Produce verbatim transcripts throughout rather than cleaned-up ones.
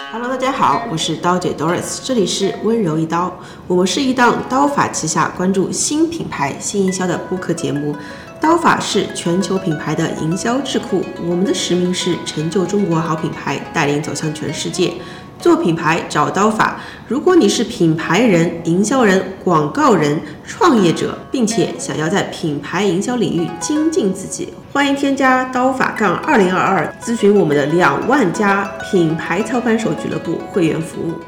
Hello， 大家好，我是刀姐 Doris， 这里是温柔一刀。我们是一档刀法旗下关注新品牌、新营销的播客节目。刀法是全球品牌的营销智库，我们的使命是成就中国好品牌，带领走向全世界。做品牌找刀法。如果你是品牌人、营销人、广告人、创业者，并且想要在品牌营销领域精进自己，欢迎添加刀法杠二零二二，咨询我们的两万家品牌操盘手俱乐部会员服务。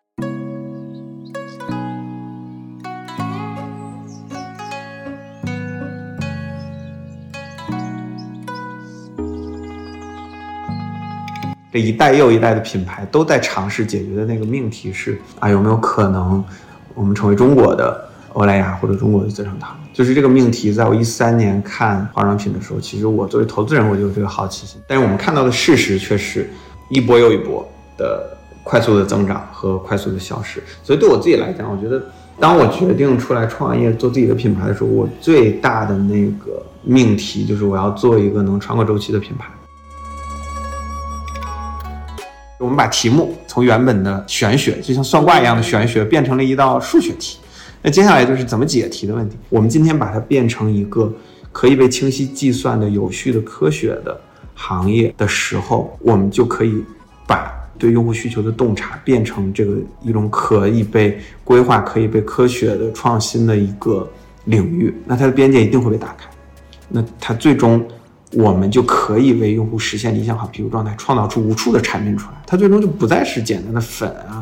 这一代又一代的品牌都在尝试解决的那个命题是啊，有没有可能我们成为中国的欧莱雅或者中国的资生堂？就是这个命题，在我一三年看化妆品的时候，其实我作为投资人我就有这个好奇心，但是我们看到的事实却是一波又一波的快速的增长和快速的消失。所以对我自己来讲，我觉得当我决定出来创业做自己的品牌的时候，我最大的那个命题就是我要做一个能穿过周期的品牌。我们把题目从原本的玄学，就像算卦一样的玄学，变成了一道数学题。那接下来就是怎么解题的问题。我们今天把它变成一个可以被清晰计算的有序的科学的行业的时候，我们就可以把对用户需求的洞察变成这个一种可以被规划、可以被科学的创新的一个领域。那它的边界一定会被打开。那它最终我们就可以为用户实现理想化皮肤状态，创造出无数的产品出来，它最终就不再是简单的粉啊。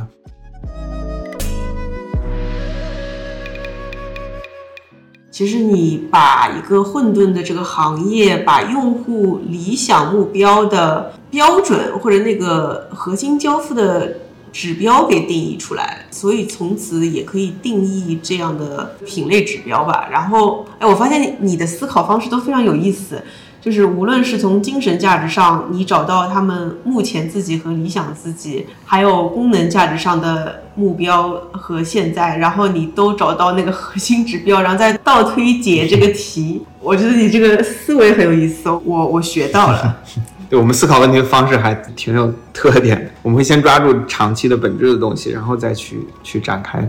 其实你把一个混沌的这个行业，把用户理想目标的标准或者那个核心交付的指标给定义出来，所以从此也可以定义这样的品类指标吧。然后，哎，我发现你的思考方式都非常有意思。就是无论是从精神价值上，你找到他们目前自己和理想自己，还有功能价值上的目标和现在，然后你都找到那个核心指标，然后再倒推解这个题。我觉得你这个思维很有意思，我我学到了。 对，我们思考问题的方式还挺有特点的。我们会先抓住长期的本质的东西，然后再去去展开。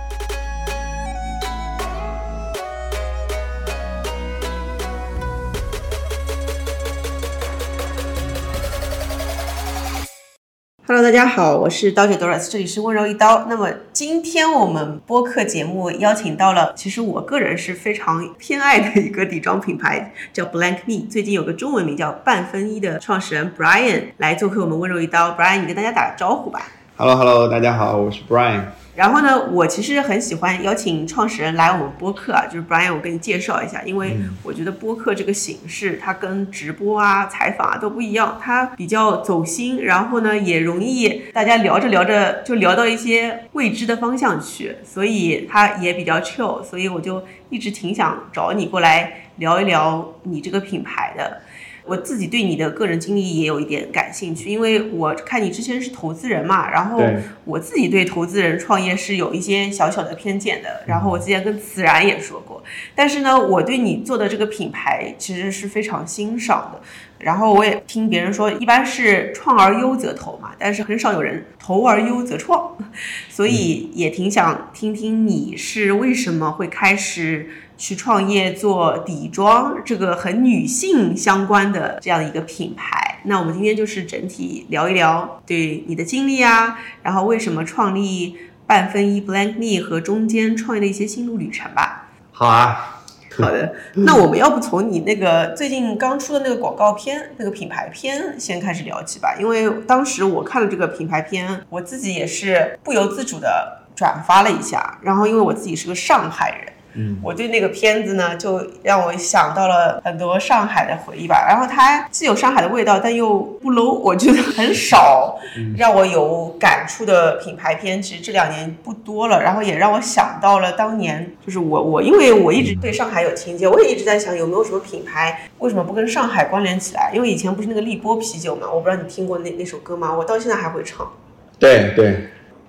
Hello， 大家好，我是刀姐 Doris， 这里是温柔一刀。那么今天我们播客节目邀请到了，其实我个人是非常偏爱的一个底妆品牌，叫 Blank Me， 最近有个中文名叫半分一的创始人 Brian 来做客我们温柔一刀。Brian， 你跟大家打个招呼吧。 Hello Hello， 大家好，我是 Brian。 然后呢，我其实很喜欢邀请创始人来我们播客啊，就是 Brian， 我跟你介绍一下，因为我觉得播客这个形式，它跟直播啊、采访啊都不一样，它比较走心，然后呢，也容易大家聊着聊着就聊到一些未知的方向去，所以它也比较 chill， 所以我就一直挺想找你过来聊一聊你这个品牌的。我自己对你的个人经历也有一点感兴趣，因为我看你之前是投资人嘛，然后我自己对投资人创业是有一些小小的偏见的，然后我之前跟慈然也说过，但是呢，我对你做的这个品牌其实是非常欣赏的，然后我也听别人说，一般是创而优则投嘛，但是很少有人投而优则创，所以也挺想听听你是为什么会开始去创业做底妆这个很女性相关的这样一个品牌。那我们今天就是整体聊一聊对你的经历啊，然后为什么创立半分一 Blank Me 和中间创业的一些心路旅程吧。 好啊， 好的，那我们要不从你那个最近刚出的那个广告片，那个品牌片先开始聊起吧。因为当时我看了这个品牌片，我自己也是不由自主的转发了一下，然后因为我自己是个上海人，嗯，我对那个片子呢，就让我想到了很多上海的回忆吧。然后它既有上海的味道，但又不 low， 我觉得很少让我有感触的品牌片，其实这两年不多了。然后也让我想到了当年，就是我我因为我一直对上海有情节，我也一直在想有没有什么品牌为什么不跟上海关联起来？因为以前不是那个立波啤酒嘛，我不知道你听过那那首歌吗？我到现在还会唱。 对对。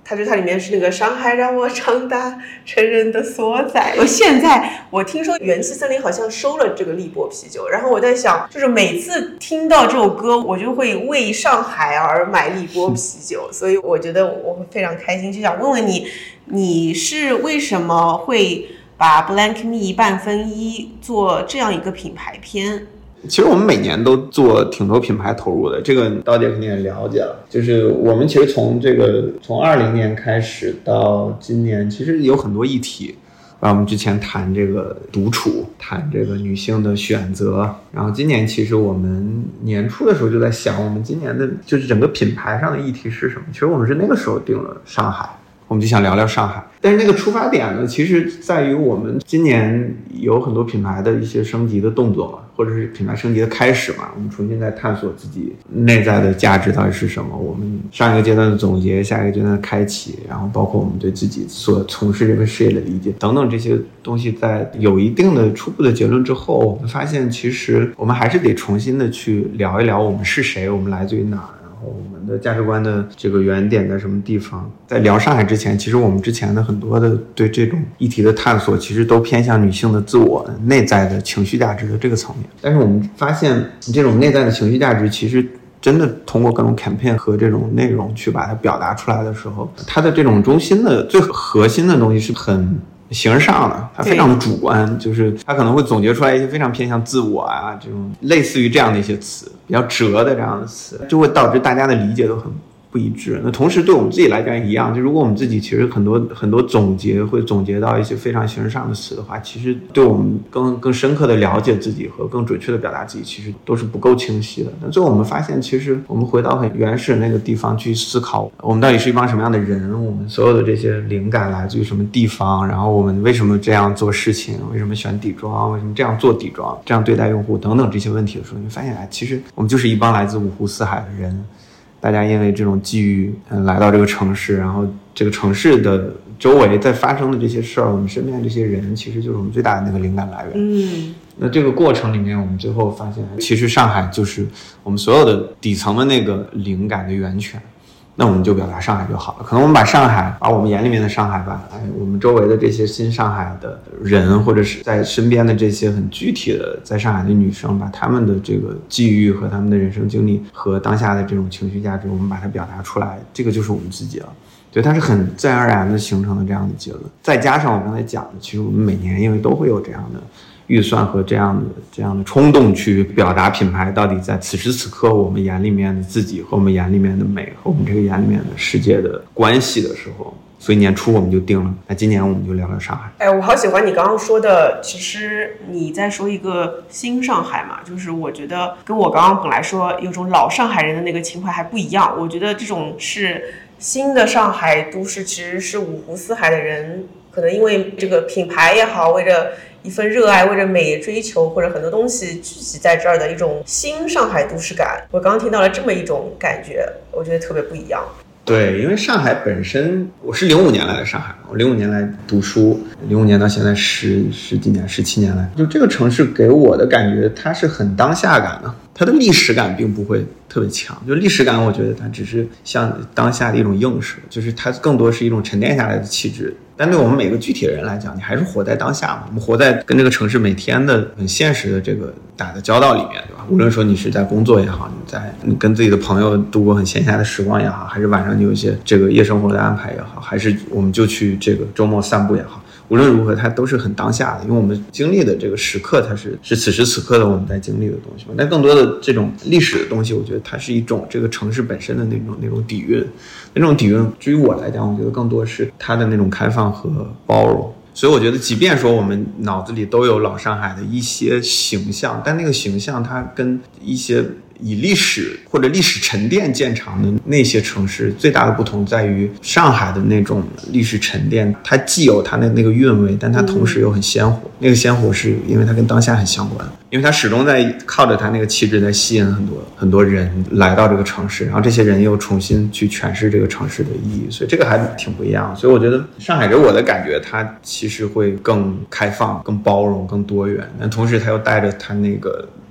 它就它里面是那个上海让我长大成人的所在。我现在我听说元气森林好像收了这个立波啤酒，然后我在想，就是每次听到这首歌，我就会为上海而买立波啤酒，所以我觉得我会非常开心。就想问问你，你是为什么会把 Blank Me 半分一做这样一个品牌片？ 其实我们每年都做挺多品牌投入的，这个刀姐肯定也了解了。就是我们其实从这个从二零年开始到今年，其实有很多议题。啊，我们之前谈这个独处，谈这个女性的选择，然后今年其实我们年初的时候就在想，我们今年的就是整个品牌上的议题是什么？其实我们是那个时候定了上海。我们就想聊聊上海，但是那个出发点呢，其实在于我们今年有很多品牌的一些升级的动作嘛，或者是品牌升级的开始嘛，我们重新在探索自己内在的价值到底是什么。我们上一个阶段的总结，下一个阶段的开启，然后包括我们对自己所从事这个事业的理解等等这些东西，在有一定的初步的结论之后，我们发现其实我们还是得重新的去聊一聊我们是谁，我们来自于哪儿。我们的价值观的这个原点在什么地方。在聊上海之前，其实我们之前的很多的对这种议题的探索，其实都偏向女性的自我内在的情绪价值的这个层面。但是我们发现这种内在的情绪价值，其实真的通过各种 campaign 和这种内容去把它表达出来的时候，它的这种中心的最核心的东西是很形而上的，它非常的主观，就是它可能会总结出来一些非常偏向自我啊，这种类似于这样的一些词，比较折的这样的词，就会导致大家的理解都很不一致。那同时对我们自己来讲也一样，就如果我们自己其实很多很多总结会总结到一些非常形而上的词的话，其实对我们更更深刻的了解自己和更准确的表达自己，其实都是不够清晰的。那最后我们发现，其实我们回到很原始的那个地方去思考，我们到底是一帮什么样的人，我们所有的这些灵感来自于什么地方，然后我们为什么这样做事情，为什么选底妆，为什么这样做底妆，这样对待用户等等这些问题的时候，你发现哎，其实我们就是一帮来自五湖四海的人。大家因为这种机遇，嗯，来到这个城市，然后这个城市的周围在发生的这些事儿，我们身边这些人，其实就是我们最大的那个灵感来源。嗯，那这个过程里面，我们最后发现，其实上海就是我们所有的底层的那个灵感的源泉。那我们就表达上海就好了。可能我们把上海，把我们眼里面的上海吧，哎，我们周围的这些新上海的人，或者是在身边的这些很具体的在上海的女生，把他们的这个际遇和他们的人生经历和当下的这种情绪价值，我们把它表达出来，这个就是我们自己了。所以它是很自然而然的形成了这样的结论。再加上我刚才讲的，其实我们每年因为都会有这样的预算和这样的这样的冲动去表达品牌到底在此时此刻我们眼里面的自己和我们眼里面的美和我们这个眼里面的世界的关系的时候，所以年初我们就定了，那今年我们就聊聊上海。 哎，我好喜欢你刚刚说的，其实你在说一个新上海嘛，就是我觉得跟我刚刚本来说有种老上海人的那个情怀还不一样。我觉得这种是新的上海都市，其实是五湖四海的人，可能因为这个品牌也好，为着一份热爱，为着美追求，或者很多东西聚集在这儿的一种新上海都市感。我刚刚听到了这么一种感觉，我觉得特别不一样。 对，因为上海本身，我是零五年来的上海，我零五年来读书，零五年到现在十十几年，十七年来，就这个城市给我的感觉，它是很当下感的，它的历史感并不会特别强。就历史感，我觉得它只是像当下的一种映射，就是它更多是一种沉淀下来的气质。但对我们每个具体的人来讲，你还是活在当下嘛。我们活在跟这个城市每天的很现实的这个打的交道里面，对吧？无论说你是在工作也好，你在你跟自己的朋友度过很闲暇的时光也好，还是晚上你有一些这个夜生活的安排也好，还是我们就去这个周末散步也好，无论如何它都是很当下的，因为我们经历的这个时刻，它是是此时此刻的我们在经历的东西嘛。但更多的这种历史的东西，我觉得它是一种这个城市本身的那种那种底蕴。那种底蕴，至于我来讲，我觉得更多是它的那种开放和包容。所以我觉得，即便说我们脑子里都有老上海的一些形象，但那个形象它跟一些以历史或者历史沉淀见长的那些城市最大的不同在于，上海的那种历史沉淀，它既有它的那个韵味，但它同时又很鲜活。那个鲜活是因为它跟当下很相关，因为它始终在靠着它那个气质在吸引很多很多人来到这个城市，然后这些人又重新去诠释这个城市的意义，所以这个还挺不一样。所以我觉得上海给我的感觉，它其实会更开放、更包容、更多元，但同时它又带着它那个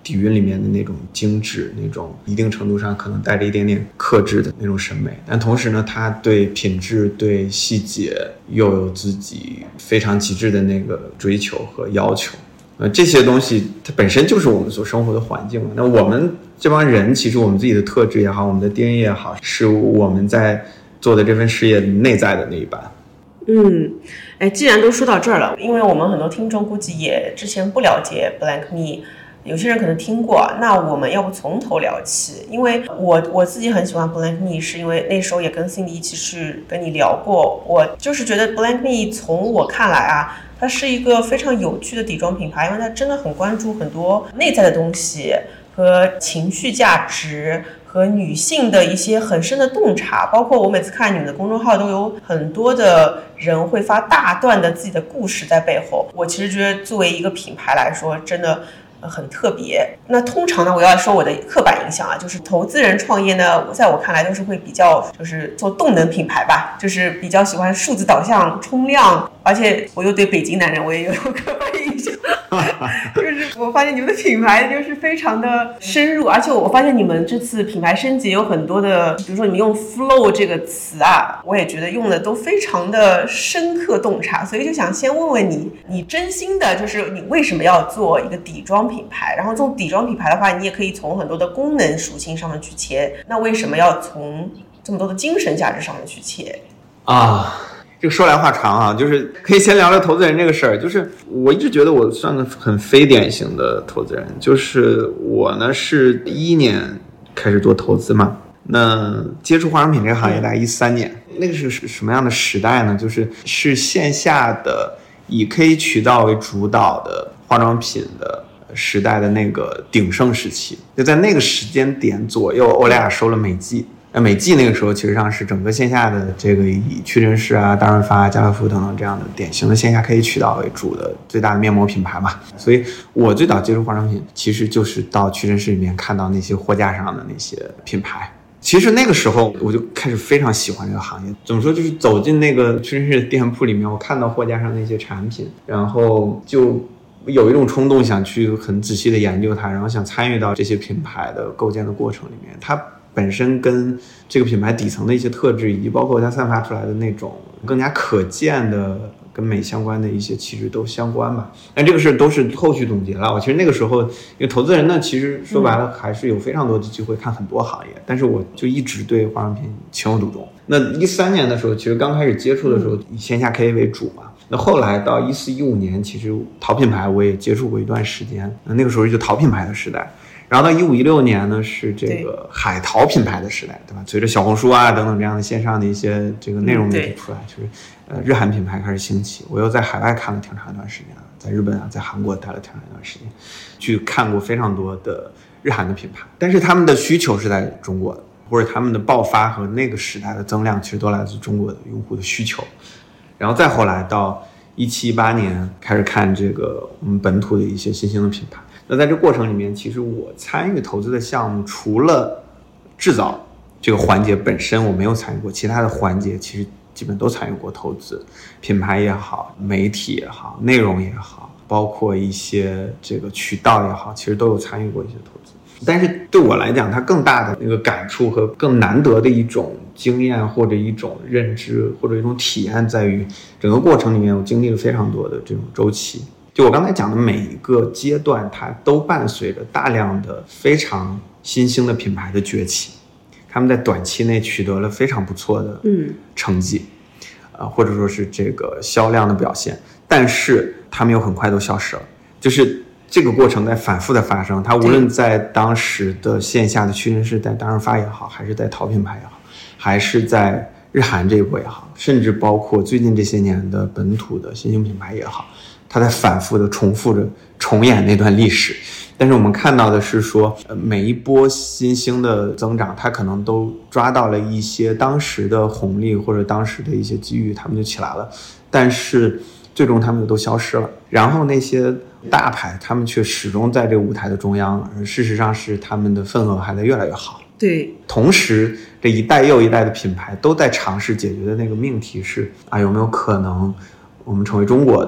底蕴里面的那种精致，那种一定程度上可能带着一点点克制的那种审美，但同时呢，他对品质、对细节又有自己非常极致的那个追求和要求。呃，这些东西它本身就是我们所生活的环境嘛。那我们这帮人，其实我们自己的特质也好，我们的 D N A 也好，是我们在做的这份事业内在的那一半。 嗯，哎，既然都说到这儿了，因为我们很多听众估计也之前不了解 Blank Me， 有些人可能听过，那我们要不从头聊起？因为我我自己很喜欢 Blank Me， 是因为那时候也跟 Cindy 一起去跟你聊过，我就是觉得 Blank Me 从我看来啊，它是一个非常有趣的底妆品牌，因为它真的很关注很多内在的东西和情绪价值和女性的一些很深的洞察，包括我每次看你们的公众号都有很多的人会发大段的自己的故事在背后。我其实觉得作为一个品牌来说，真的很特别。那通常呢，我要说我的刻板印象啊，就是投资人创业呢，在我看来都是会比较就是做动能品牌吧，就是比较喜欢数字导向、冲量，而且我又对北京男人我也有刻板印象。就是我发现你们的品牌就是非常的深入，而且我发现你们这次品牌升级有很多的，比如说你们用 flow 这个词啊，我也觉得用的都非常的深刻洞察，所以就想先问问你，你真心的就是你为什么要做一个底妆品牌？然后这种底妆品牌的话，你也可以从很多的功能属性上面去切，那为什么要从这么多的精神价值上面去切啊？这个说来话长啊，就是可以先聊聊投资人这个事儿。就是我一直觉得我算个很非典型的投资人，就是我呢是一一年开始做投资嘛，那接触化妆品这个行业大概一三年，那个是什么样的时代呢？就是是线下的以 K 渠道为主导的化妆品的时代的那个鼎盛时期。就在那个时间点左右，欧莱雅收了美纪。那美纪那个时候其实上是整个线下的这个以屈臣氏啊、大润发、家乐福等等这样的典型的线下 K 渠道为主的最大的面膜品牌嘛。所以我最早接触化妆品其实就是到屈臣氏里面看到那些货架上的那些品牌。其实那个时候我就开始非常喜欢这个行业。怎么说，就是走进那个屈臣氏的店铺里面，我看到货架上那些产品，然后就有一种冲动想去很仔细的研究它，然后想参与到这些品牌的构建的过程里面。它本身跟这个品牌底层的一些特质，以及包括它散发出来的那种更加可见的跟美相关的一些气质都相关吧。但这个事都是后续总结了。我其实那个时候，因为投资人呢，其实说白了还是有非常多的机会看很多行业，但是我就一直对化妆品情有独钟。那一三年的时候，其实刚开始接触的时候，以线下 K 为主嘛。那后来到一四一五年，其实淘品牌我也接触过一段时间，那那个时候就淘品牌的时代。然后到一五一六年呢，是这个海淘品牌的时代，对吧？随着小红书啊等等这样的线上的一些这个内容媒体出来，就是呃日韩品牌开始兴起。我又在海外看了挺长一段时间，在日本啊，在韩国待了挺长一段时间，去看过非常多的日韩的品牌，但是他们的需求是在中国的，或者他们的爆发和那个时代的增量，其实都来自中国的用户的需求。然后再后来到一七一八年开始看这个我们本土的一些新兴的品牌。那在这过程里面，其实我参与投资的项目，除了制造这个环节本身我没有参与过，其他的环节其实基本都参与过投资，品牌也好，媒体也好，内容也好，包括一些这个渠道也好，其实都有参与过一些投资。但是对我来讲，它更大的那个感触和更难得的一种经验或者一种认知或者一种体验，在于整个过程里面我经历了非常多的这种周期。就我刚才讲的每一个阶段，它都伴随着大量的非常新兴的品牌的崛起，他们在短期内取得了非常不错的成绩，嗯呃、或者说是这个销量的表现，但是他们又很快都消失了。就是这个过程在反复的发生，它无论在当时的线下的屈臣氏，在大润发也好，还是在淘品牌也好，还是在日韩这一波也好，甚至包括最近这些年的本土的新兴品牌也好，它在反复的重复着重演那段历史。但是我们看到的是说，呃，每一波新兴的增长，它可能都抓到了一些当时的红利或者当时的一些机遇，他们就起来了，但是最终他们都消失了。然后那些大牌他们却始终在这个舞台的中央，而事实上是他们的份额还在越来越好。 对， 同时这一代又一代的品牌都在尝试解决的那个命题是啊，有没有可能我们成为中国的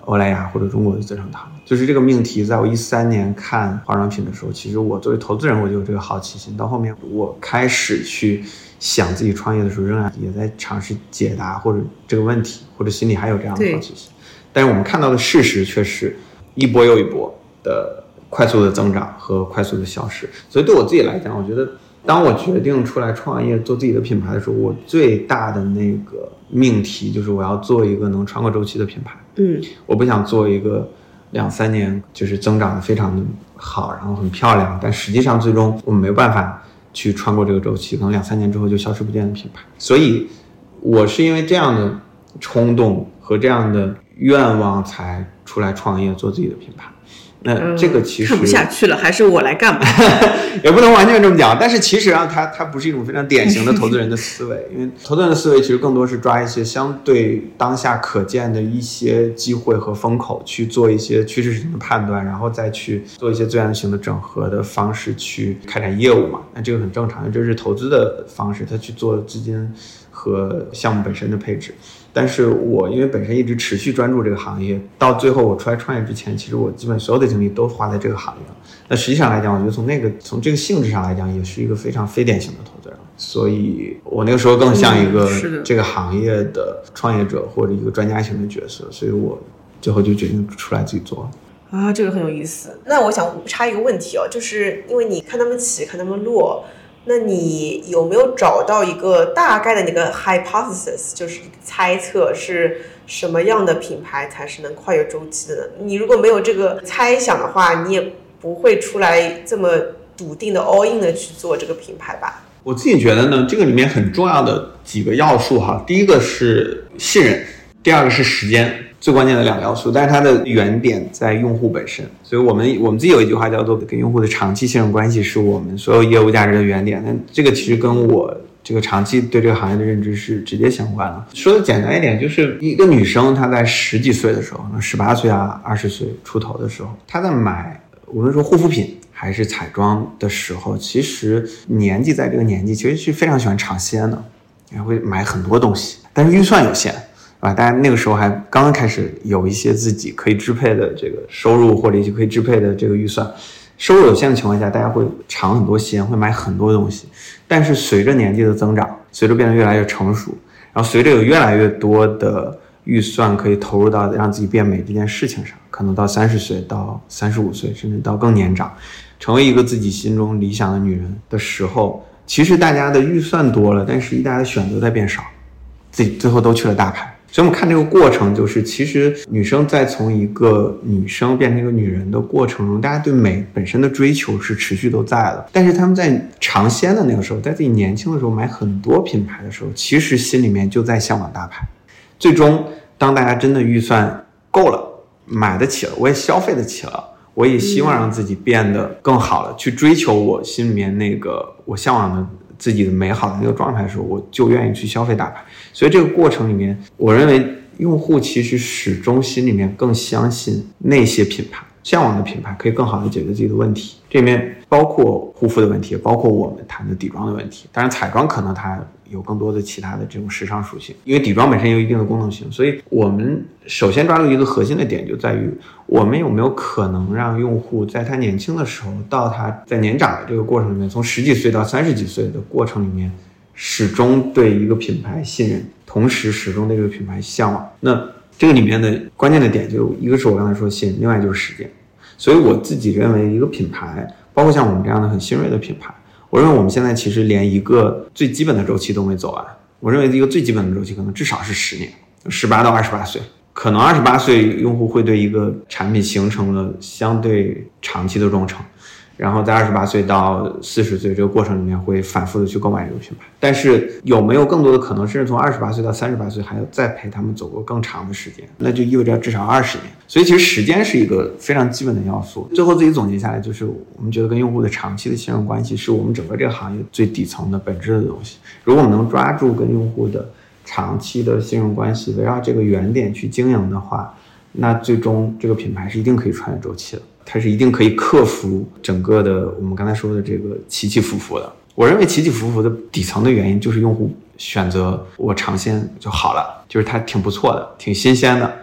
欧莱雅或者中国的资生堂。就是这个命题，在我一三年看化妆品的时候，其实我作为投资人我就有这个好奇心，到后面我开始去想自己创业的时候，仍然也在尝试解答或者这个问题，或者心里还有这样的好奇心。但是我们看到的事实却是一波又一波的快速的增长和快速的消失。所以对我自己来讲，我觉得当我决定出来创业做自己的品牌的时候，我最大的那个命题就是我要做一个能穿过周期的品牌。 嗯， 我不想做一个两三年就是增长的非常的好，然后很漂亮，但实际上最终我们没有办法去穿过这个周期，可能两三年之后就消失不见的品牌。所以我是因为这样的冲动和这样的愿望才出来创业做自己的品牌。那这个其实、 嗯、看不下去了，还是我来干吧。 也不能完全这么讲，但是其实啊，它它不是一种非常典型的投资人的思维，因为投资人的思维其实更多是抓一些相对当下可见的一些机会和风口，去做一些趋势性的判断，然后再去做一些资源型的整合的方式去开展业务嘛。那这个很正常，这是投资的方式，他去做资金和项目本身的配置。但是我因为本身一直持续专注这个行业，到最后我出来创业之前，其实我基本所有的精力都花在这个行业了。那实际上来讲，我觉得从那个从这个性质上来讲，也是一个非常非典型的投资人。所以我那个时候更像一个这个行业的创业者或者一个专家型的角色，所以我最后就决定出来自己做了。 啊，这个很有意思。那我想插一个问题哦，就是因为你看他们起，看他们落。那你有没有找到一个大概的那个 hypothesis， 就是猜测是什么样的品牌才是能跨越周期的呢？你如果没有这个猜想的话，你也不会出来这么笃定的 all in 的去做这个品牌吧？ 我自己觉得呢，这个里面很重要的几个要素哈，第一个是信任，第二个是时间。最关键的两个要素，但是它的原点在用户本身，所以我们我们自己有一句话叫做跟用户的长期信任关系是我们所有业务价值的原点。那这个其实跟我这个长期对这个行业的认知是直接相关的。说的简单一点，就是一个女生她在十几岁的时候，十八岁啊二十岁出头的时候，她在买无论说护肤品还是彩妆的时候，其实年纪在这个年纪其实是非常喜欢尝鲜的，也会买很多东西，但是预算有限啊，大家那个时候还刚刚开始有一些自己可以支配的这个收入，或者一些可以支配的这个预算。收入有限的情况下，大家会尝很多鲜，会买很多东西。但是随着年纪的增长，随着变得越来越成熟，然后随着有越来越多的预算可以投入到让自己变美这件事情上，可能到三十岁到三十五岁，甚至到更年长，成为一个自己心中理想的女人的时候，其实大家的预算多了，但是大家的选择在变少，自己最后都去了大牌。所以我们看这个过程，就是其实女生在从一个女生变成一个女人的过程中，大家对美本身的追求是持续都在的，但是他们在尝鲜的那个时候，在自己年轻的时候买很多品牌的时候，其实心里面就在向往大牌。最终当大家真的预算够了，买得起了，我也消费得起了，我也希望让自己变得更好了，去追求我心里面那个我向往的自己的美好的那个状态的时候，我就愿意去消费大牌。所以这个过程里面，我认为用户其实始终心里面更相信那些品牌，向往的品牌可以更好的解决自己的问题。这里面包括护肤的问题，也包括我们谈的底妆的问题。当然彩妆可能它有更多的其他的这种时尚属性，因为底妆本身有一定的功能性。所以我们首先抓住一个核心的点，就在于我们有没有可能让用户在他年轻的时候到他在年长的这个过程里面，从十几岁到三十几岁的过程里面，始终对一个品牌信任，同时始终对这个品牌向往。那这个里面的关键的点，就一个是我刚才说的信任，另外就是时间。所以我自己认为一个品牌，包括像我们这样的很新锐的品牌，我认为我们现在其实连一个最基本的周期都没走完。我认为一个最基本的周期可能至少是十年，十八到二十八岁，可能二十八岁用户会对一个产品形成了相对长期的忠诚，然后在二十八岁到四十岁这个过程里面会反复的去购买这个品牌。但是有没有更多的可能，甚至从二十八岁到三十八岁还要再陪他们走过更长的时间，那就意味着至少二十年。所以其实时间是一个非常基本的要素。最后自己总结下来，就是我们觉得跟用户的长期的信任关系是我们整个这个行业最底层的本质的东西。如果我们能抓住跟用户的长期的信任关系，围绕这个原点去经营的话，那最终这个品牌是一定可以穿越周期的，它是一定可以克服整个的我们刚才说的这个起起伏伏的。我认为起起伏伏的底层的原因就是用户选择我尝鲜就好了，就是它挺不错的，挺新鲜的，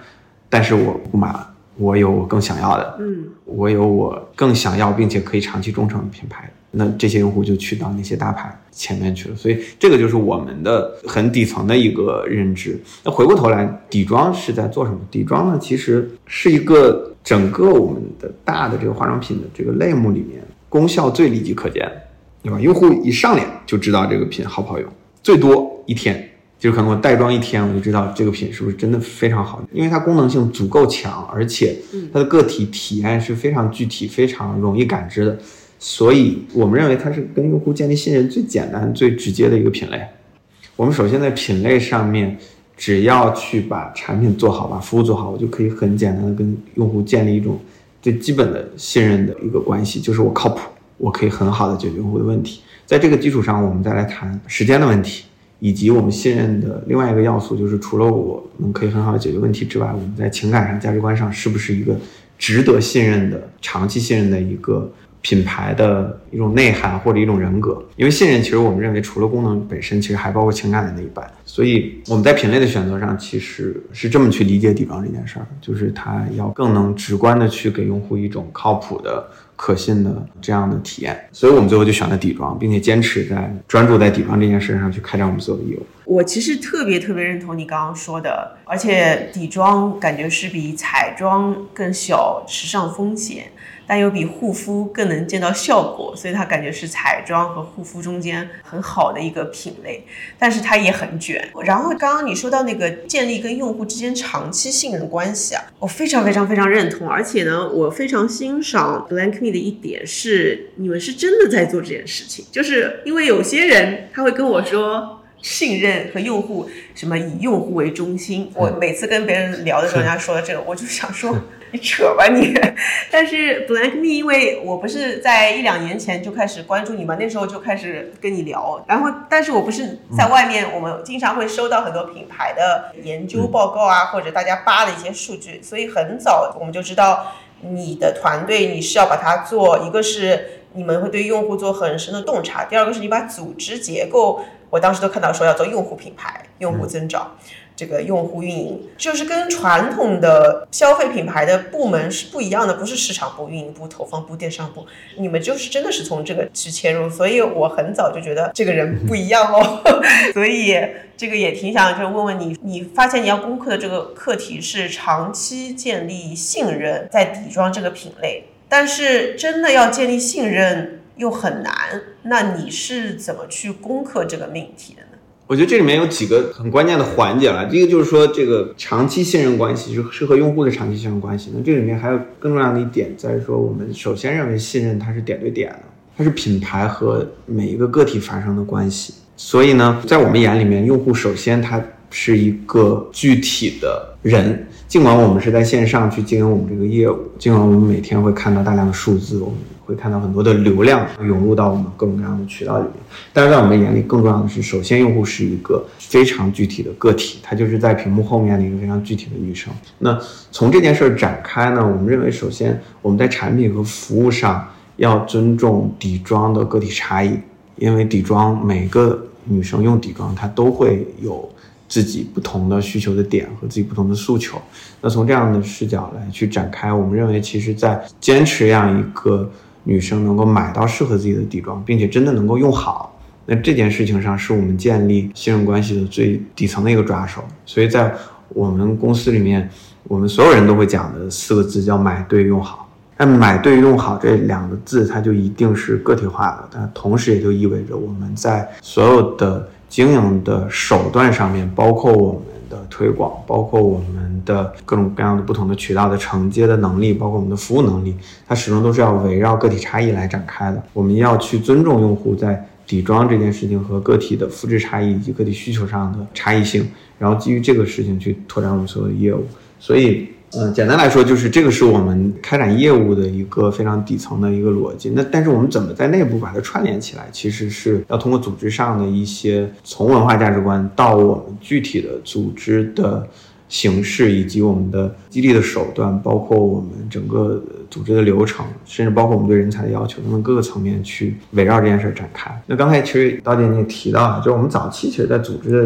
但是我不满，我有我更想要的， 嗯， 我有我更想要并且可以长期忠诚的品牌，那这些用户就去到那些大牌前面去了。所以这个就是我们的很底层的一个认知。那回过头来，底妆是在做什么？底妆呢，其实是一个整个我们的大的这个化妆品的这个类目里面功效最立即可见的，对吧？用户一上脸就知道这个品好不好用，最多一天，就是可能我带妆一天我就知道这个品是不是真的非常好，因为它功能性足够强，而且它的个体体验是非常具体非常容易感知的，所以我们认为它是跟用户建立信任最简单最直接的一个品类。我们首先在品类上面只要去把产品做好，把服务做好，我就可以很简单的跟用户建立一种最基本的信任的一个关系，就是我靠谱，我可以很好的解决用户的问题。在这个基础上，我们再来谈时间的问题，以及我们信任的另外一个要素，就是除了我们可以很好的解决问题之外，我们在情感上价值观上是不是一个值得信任的长期信任的一个品牌的一种内涵或者一种人格。因为信任其实我们认为除了功能本身，其实还包括情感的那一半。所以我们在品类的选择上其实是这么去理解底妆这件事儿，就是它要更能直观的去给用户一种靠谱的可信的这样的体验。所以我们最后就选了底妆，并且坚持在专注在底妆这件事上去开展我们所有的业务。 我其实特别特别认同你刚刚说的，而且底妆感觉是比彩妆更小时尚风险，但又比护肤更能见到效果，所以它感觉是彩妆和护肤中间很好的一个品类，但是它也很卷。然后刚刚你说到那个建立跟用户之间长期信任关系啊，我非常非常非常认同，而且呢，我非常欣赏 Blankme 的一点是，你们是真的在做这件事情，就是因为有些人他会跟我说信任和用户什么以用户为中心，我每次跟别人聊的时候，人家说的这个，我就想说你扯吧你。但是 Blankme 因为我不是在一两年前就开始关注你们，那时候就开始跟你聊，然后但是我不是在外面，我们经常会收到很多品牌的研究报告啊，或者大家扒的一些数据，所以很早我们就知道你的团队你是要把它做，一个是你们会对用户做很深的洞察，第二个是你把组织结构，我当时都看到说要做用户品牌、用户增长、嗯、这个用户运营，就是跟传统的消费品牌的部门是不一样的，不是市场部、运营部、投放部、电商部，你们就是真的是从这个去切入，所以我很早就觉得这个人不一样哦。所以这个也挺想就问问你，你发现你要攻克的这个课题是长期建立信任在底妆这个品类，但是真的要建立信任又很难，那你是怎么去攻克这个命题的呢？ 我觉得这里面有几个很关键的环节了。第一个就是说，这个长期信任关系是和用户的长期信任关系。那这里面还有更重要的一点在于说，我们首先认为信任它是点对点的，它是品牌和每一个个体发生的关系。所以呢，在我们眼里面，用户首先它是一个具体的人，尽管我们是在线上去经营我们这个业务，尽管我们每天会看到大量的数字，我们会看到很多的流量涌入到我们各种各样的渠道里面，但是在我们眼里更重要的是，首先用户是一个非常具体的个体，他就是在屏幕后面的一个非常具体的女生。那从这件事展开呢，我们认为首先我们在产品和服务上要尊重底妆的个体差异，因为底妆每个女生用底妆她都会有自己不同的需求的点和自己不同的诉求。那从这样的视角来去展开，我们认为其实在坚持让一个女生能够买到适合自己的底妆，并且真的能够用好，那这件事情上是我们建立信任关系的最底层的一个抓手。所以在我们公司里面，我们所有人都会讲的四个字叫买对用好。但买对用好这两个字它就一定是个体化的，但同时也就意味着我们在所有的经营的手段上面，包括我们的推广，包括我们的各种各样的不同的渠道的承接的能力，包括我们的服务能力，它始终都是要围绕个体差异来展开的。我们要去尊重用户在底妆这件事情和个体的肤质差异以及个体需求上的差异性，然后基于这个事情去拓展我们所有的业务。所以呃，简单来说就是这个是我们开展业务的一个非常底层的一个逻辑。那但是我们怎么在内部把它串联起来，其实是要通过组织上的一些从文化价值观到我们具体的组织的形式，以及我们的激励的手段，包括我们整个组织的流程，甚至包括我们对人才的要求等等各个层面去围绕这件事展开。那刚才其实刀姐你也提到了，就是我们早期其实在组织的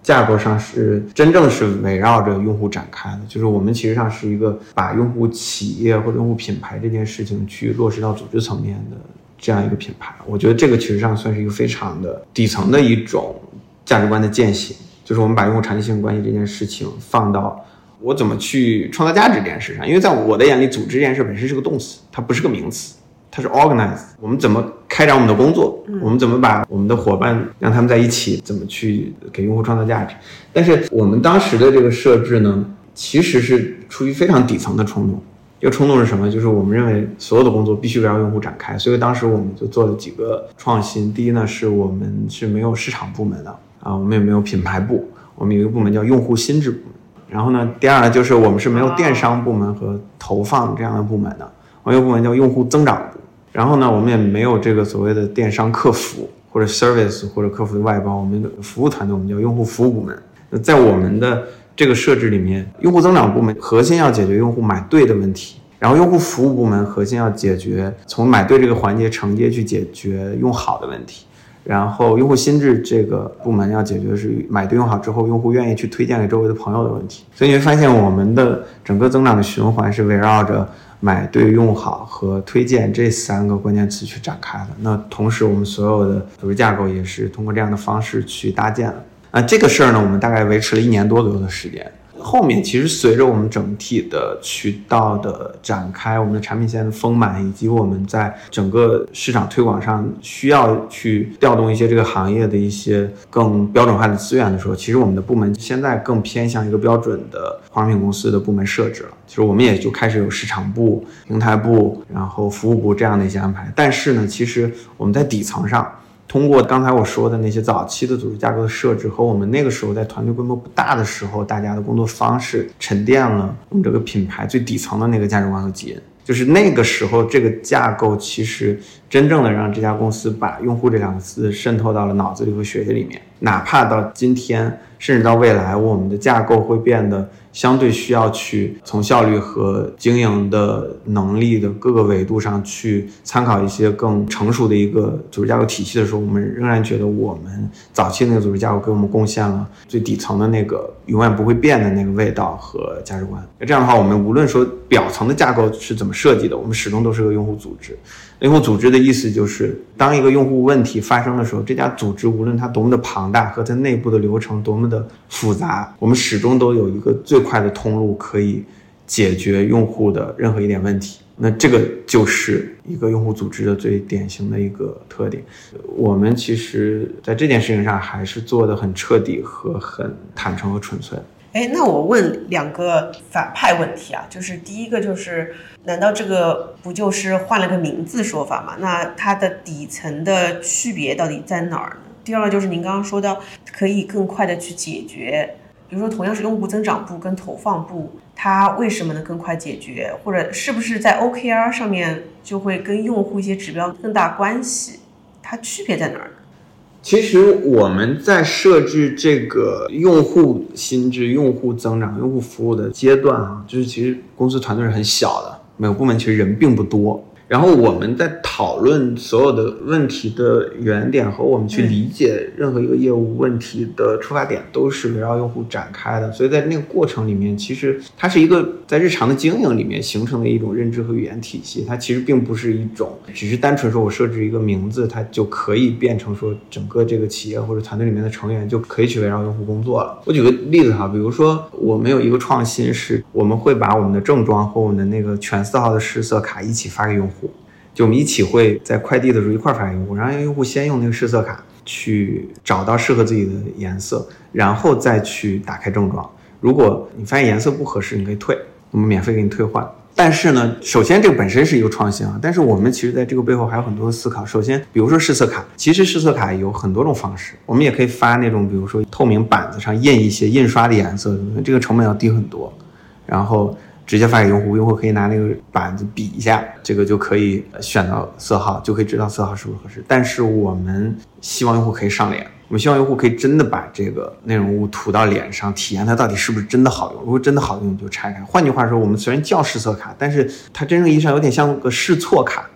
架构上是真正是围绕着用户展开的，就是我们其实上是一个把用户企业或者用户品牌这件事情去落实到组织层面的这样一个品牌。我觉得这个其实上算是一个非常的底层的一种价值观的践行，就是我们把用户长期性关系这件事情放到我怎么去创造价值这件事上。因为在我的眼里，组织这件事本身是个动词，它不是个名词，它是 organize。 我们怎么开展我们的工作，我们怎么把我们的伙伴让他们在一起，怎么去给用户创造价值。但是我们当时的这个设置呢，其实是出于非常底层的冲动。这个冲动是什么？就是我们认为所有的工作必须围绕用户展开，所以当时我们就做了几个创新。第一呢，是我们是没有市场部门的啊，我们也没有品牌部，我们有一个部门叫用户心智部门。然后呢，第二呢，就是我们是没有电商部门和投放这样的部门的，我们有一个部门叫用户增长部。然后呢，我们也没有这个所谓的电商客服或者 service 或者客服的外包，我们的服务团队我们叫用户服务部门。在我们的这个设置里面，用户增长部门核心要解决用户买对的问题，然后用户服务部门核心要解决从买对这个环节承接去解决用好的问题，然后用户心智这个部门要解决的是买对用好之后用户愿意去推荐给周围的朋友的问题。所以你会发现我们的整个增长的循环是围绕着买对用好和推荐这三个关键词去展开的。那同时我们所有的组织架构也是通过这样的方式去搭建的。那这个事儿呢，我们大概维持了一年多左右的时间。后面其实随着我们整体的渠道的展开，我们的产品线的丰满，以及我们在整个市场推广上需要去调动一些这个行业的一些更标准化的资源的时候，其实我们的部门现在更偏向一个标准的化妆品公司的部门设置了。其实我们也就开始有市场部、平台部，然后服务部这样的一些安排。但是呢，其实我们在底层上通过刚才我说的那些早期的组织架构的设置和我们那个时候在团队规模不大的时候大家的工作方式，沉淀了我们这个品牌最底层的那个价值观和基因。就是那个时候这个架构其实真正的让这家公司把用户这两个字渗透到了脑子里和血液里面。哪怕到今天甚至到未来，我们的架构会变得相对需要去从效率和经营的能力的各个维度上去参考一些更成熟的一个组织架构体系的时候，我们仍然觉得我们早期那个组织架构给我们贡献了最底层的那个永远不会变的那个味道和价值观。这样的话，我们无论说表层的架构是怎么设计的，我们始终都是个用户组织。用户组织的意思就是，当一个用户问题发生的时候，这家组织无论它多么的庞大和它内部的流程多么的复杂，我们始终都有一个最快的通路可以解决用户的任何一点问题。那这个就是一个用户组织的最典型的一个特点。我们其实在这件事情上还是做得很彻底和很坦诚和纯粹。 哎，那我问两个反派问题啊，就是第一个就是，难道这个不就是换了个名字说法吗？那它的底层的区别到底在哪儿呢？第二个就是您刚刚说到可以更快的去解决，比如说同样是用户增长部跟投放部，它为什么能更快解决，或者是不是在 O K R 上面就会跟用户一些指标更大关系，它区别在哪儿呢？ 其实我们在设置这个用户心智、用户增长、用户服务的阶段啊，就是其实公司团队是很小的，每个部门其实人并不多。然后我们在讨论所有的问题的原点和我们去理解任何一个业务问题的出发点都是围绕用户展开的。所以在那个过程里面，其实它是一个在日常的经营里面形成的一种认知和语言体系。它其实并不是一种只是单纯说我设置一个名字它就可以变成说整个这个企业或者团队里面的成员就可以去围绕用户工作了。我举个例子哈，比如说我们有一个创新是我们会把我们的正装和我们的那个全色号的试色卡一起发给用户，就我们一起会在快递的时候一块发给用户，然后用户先用那个试色卡去找到适合自己的颜色，然后再去打开正装。如果你发现颜色不合适，你可以退，我们免费给你退换。但是呢，首先这个本身是一个创新啊，但是我们其实在这个背后还有很多的思考。首先，比如说试色卡，其实试色卡有很多种方式，我们也可以发那种比如说透明板子上印一些印刷的颜色，这个成本要低很多，然后直接发给用户，用户可以拿那个板子比一下，这个就可以选到色号，就可以知道色号是不是合适。但是我们希望用户可以上脸，我们希望用户可以真的把这个内容物涂到脸上，体验它到底是不是真的好用。如果真的好用，你就拆开。换句话说，我们虽然叫试色卡，但是它真正意义上有点像个试错卡，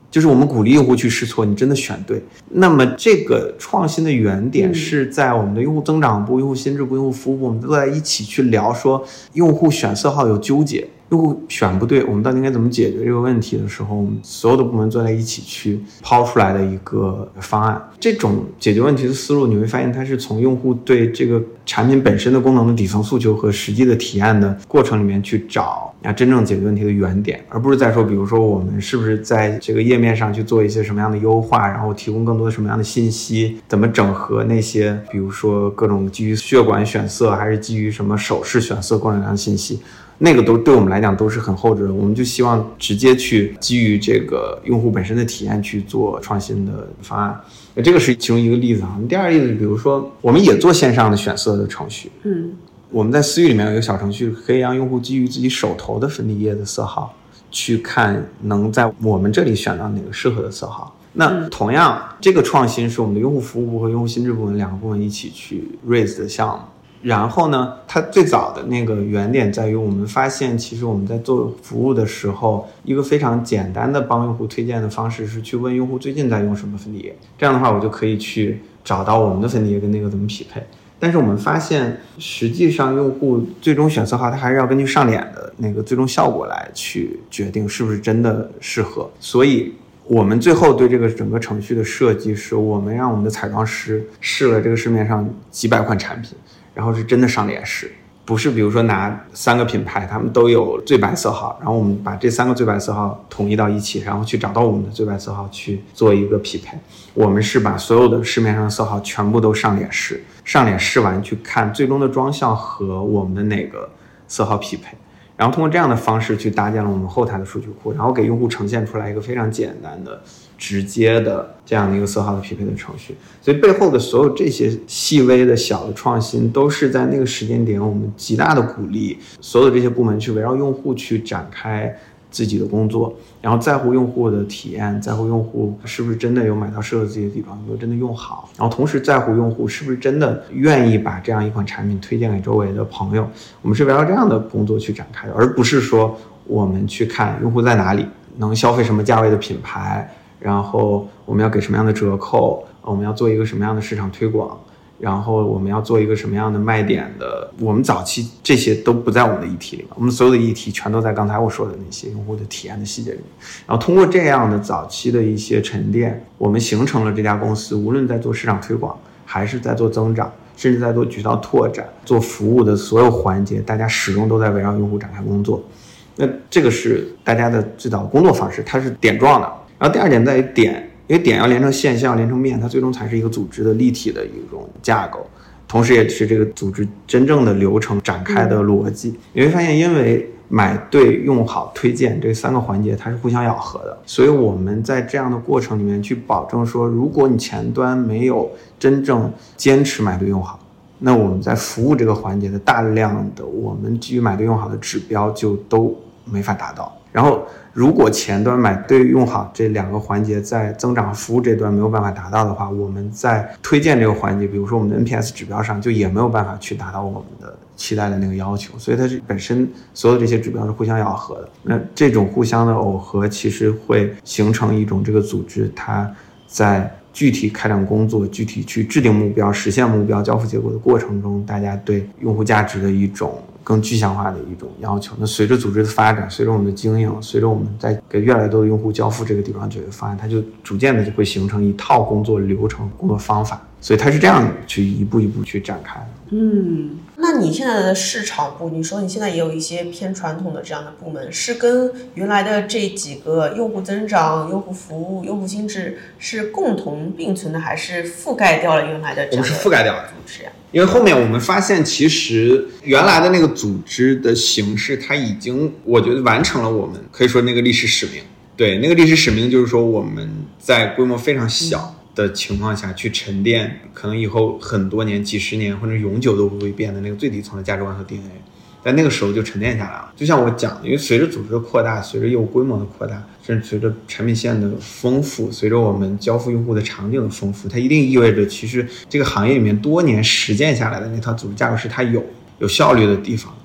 就是我们鼓励用户去试错，你真的选对。那么这个创新的原点是在我们的用户增长部、用户心智部、用户服务部，我们都在一起去聊说，用户选色号有纠结，用户选不对，我们到底应该怎么解决这个问题的时候，我们所有的部门坐在一起去抛出来的一个方案。这种解决问题的思路，你会发现它是从用户对这个产品本身的功能的底层诉求和实际的体验的过程里面去找啊真正解决问题的原点，而不是在说比如说我们是不是在这个页面上去做一些什么样的优化，然后提供更多的什么样的信息，怎么整合那些比如说各种基于血管选色还是基于什么手势选色各种各样的信息，那个都对我们来讲都是很后置的，我们就希望直接去基于这个用户本身的体验去做创新的方案。这个是其中一个例子啊。第二个例子，比如说我们也做线上的选色的程序， 嗯， 我们在私域里面有一个小程序，可以让用户基于自己手头的粉底液的色号去看能在我们这里选到哪个适合的色号。那同样，这个创新是我们的用户服务部和用户心智部门两个部门一起去 raise 的项目。然后呢，它最早的那个原点在于我们发现，其实我们在做服务的时候，一个非常简单的帮用户推荐的方式是去问用户最近在用什么粉底液，这样的话我就可以去找到我们的粉底液跟那个怎么匹配。但是我们发现实际上用户最终选色号他还是要根据上脸的那个最终效果来去决定是不是真的适合，所以我们最后对这个整个程序的设计是我们让我们的彩妆师试了这个市面上几百款产品，然后是真的上脸试，不是比如说拿三个品牌他们都有最白色号，然后我们把这三个最白色号统一到一起，然后去找到我们的最白色号去做一个匹配。我们是把所有的市面上的色号全部都上脸试，上脸试完去看最终的妆效和我们的哪个色号匹配，然后通过这样的方式去搭建了我们后台的数据库，然后给用户呈现出来一个非常简单的直接的这样的一个色号的匹配的程序。所以背后的所有这些细微的小的创新都是在那个时间点我们极大的鼓励所有的这些部门去围绕用户去展开自己的工作，然后在乎用户的体验，在乎用户是不是真的有买到适合自己的地方，有没有真的用好，然后同时在乎用户是不是真的愿意把这样一款产品推荐给周围的朋友。我们是围绕这样的工作去展开的，而不是说我们去看用户在哪里能消费什么价位的品牌，然后我们要给什么样的折扣，我们要做一个什么样的市场推广，然后我们要做一个什么样的卖点的，我们早期这些都不在我们的议题里面，我们所有的议题全都在刚才我说的那些用户的体验的细节里面。然后通过这样的早期的一些沉淀，我们形成了这家公司无论在做市场推广还是在做增长，甚至在做渠道拓展，做服务的所有环节，大家始终都在围绕用户展开工作。那这个是大家的最早的工作方式，它是点状的。然后第二点在于点，因为点要连成线，线要连成面，它最终才是一个组织的立体的一种架构，同时也是这个组织真正的流程展开的逻辑。你会发现，因为买对、用好、推荐这三个环节它是互相咬合的，所以我们在这样的过程里面去保证说，如果你前端没有真正坚持买对用好，那我们在服务这个环节的大量的我们基于买对用好的指标就都没法达到。然后如果前端买对用好这两个环节在增长服务这端没有办法达到的话，我们在推荐这个环节，比如说我们的 N P S 指标上就也没有办法去达到我们的期待的那个要求，所以它是本身所有这些指标是互相咬合的。那这种互相的耦合其实会形成一种这个组织它在具体开展工作，具体去制定目标，实现目标，交付结果的过程中，大家对用户价值的一种更具象化的一种要求。那随着组织的发展，随着我们的经营，随着我们在给越来越多的用户交付这个地方解决方案，它就逐渐的就会形成一套工作流程、工作方法。所以它是这样去一步一步去展开的。 嗯，那你现在的市场部，你说你现在也有一些偏传统的这样的部门，是跟原来的这几个用户增长、用户服务、用户心智是共同并存的，还是覆盖掉了原来的这样的？ 我们是覆盖掉了组织呀。 因为后面我们发现，其实原来的那个组织的形式，它已经我觉得完成了我们可以说那个历史使命。对，那个历史使命就是说我们在规模非常小的情况下去沉淀可能以后很多年、几十年或者永久都不会变的那个最底层的价值观和 D N A， 在那个时候就沉淀下来了。就像我讲的，因为随着组织的扩大，随着业务规模的扩大，甚至随着产品线的丰富，随着我们交付用户的场景的丰富，它一定意味着其实这个行业里面多年实践下来的那套组织架构是它有有效率的地方。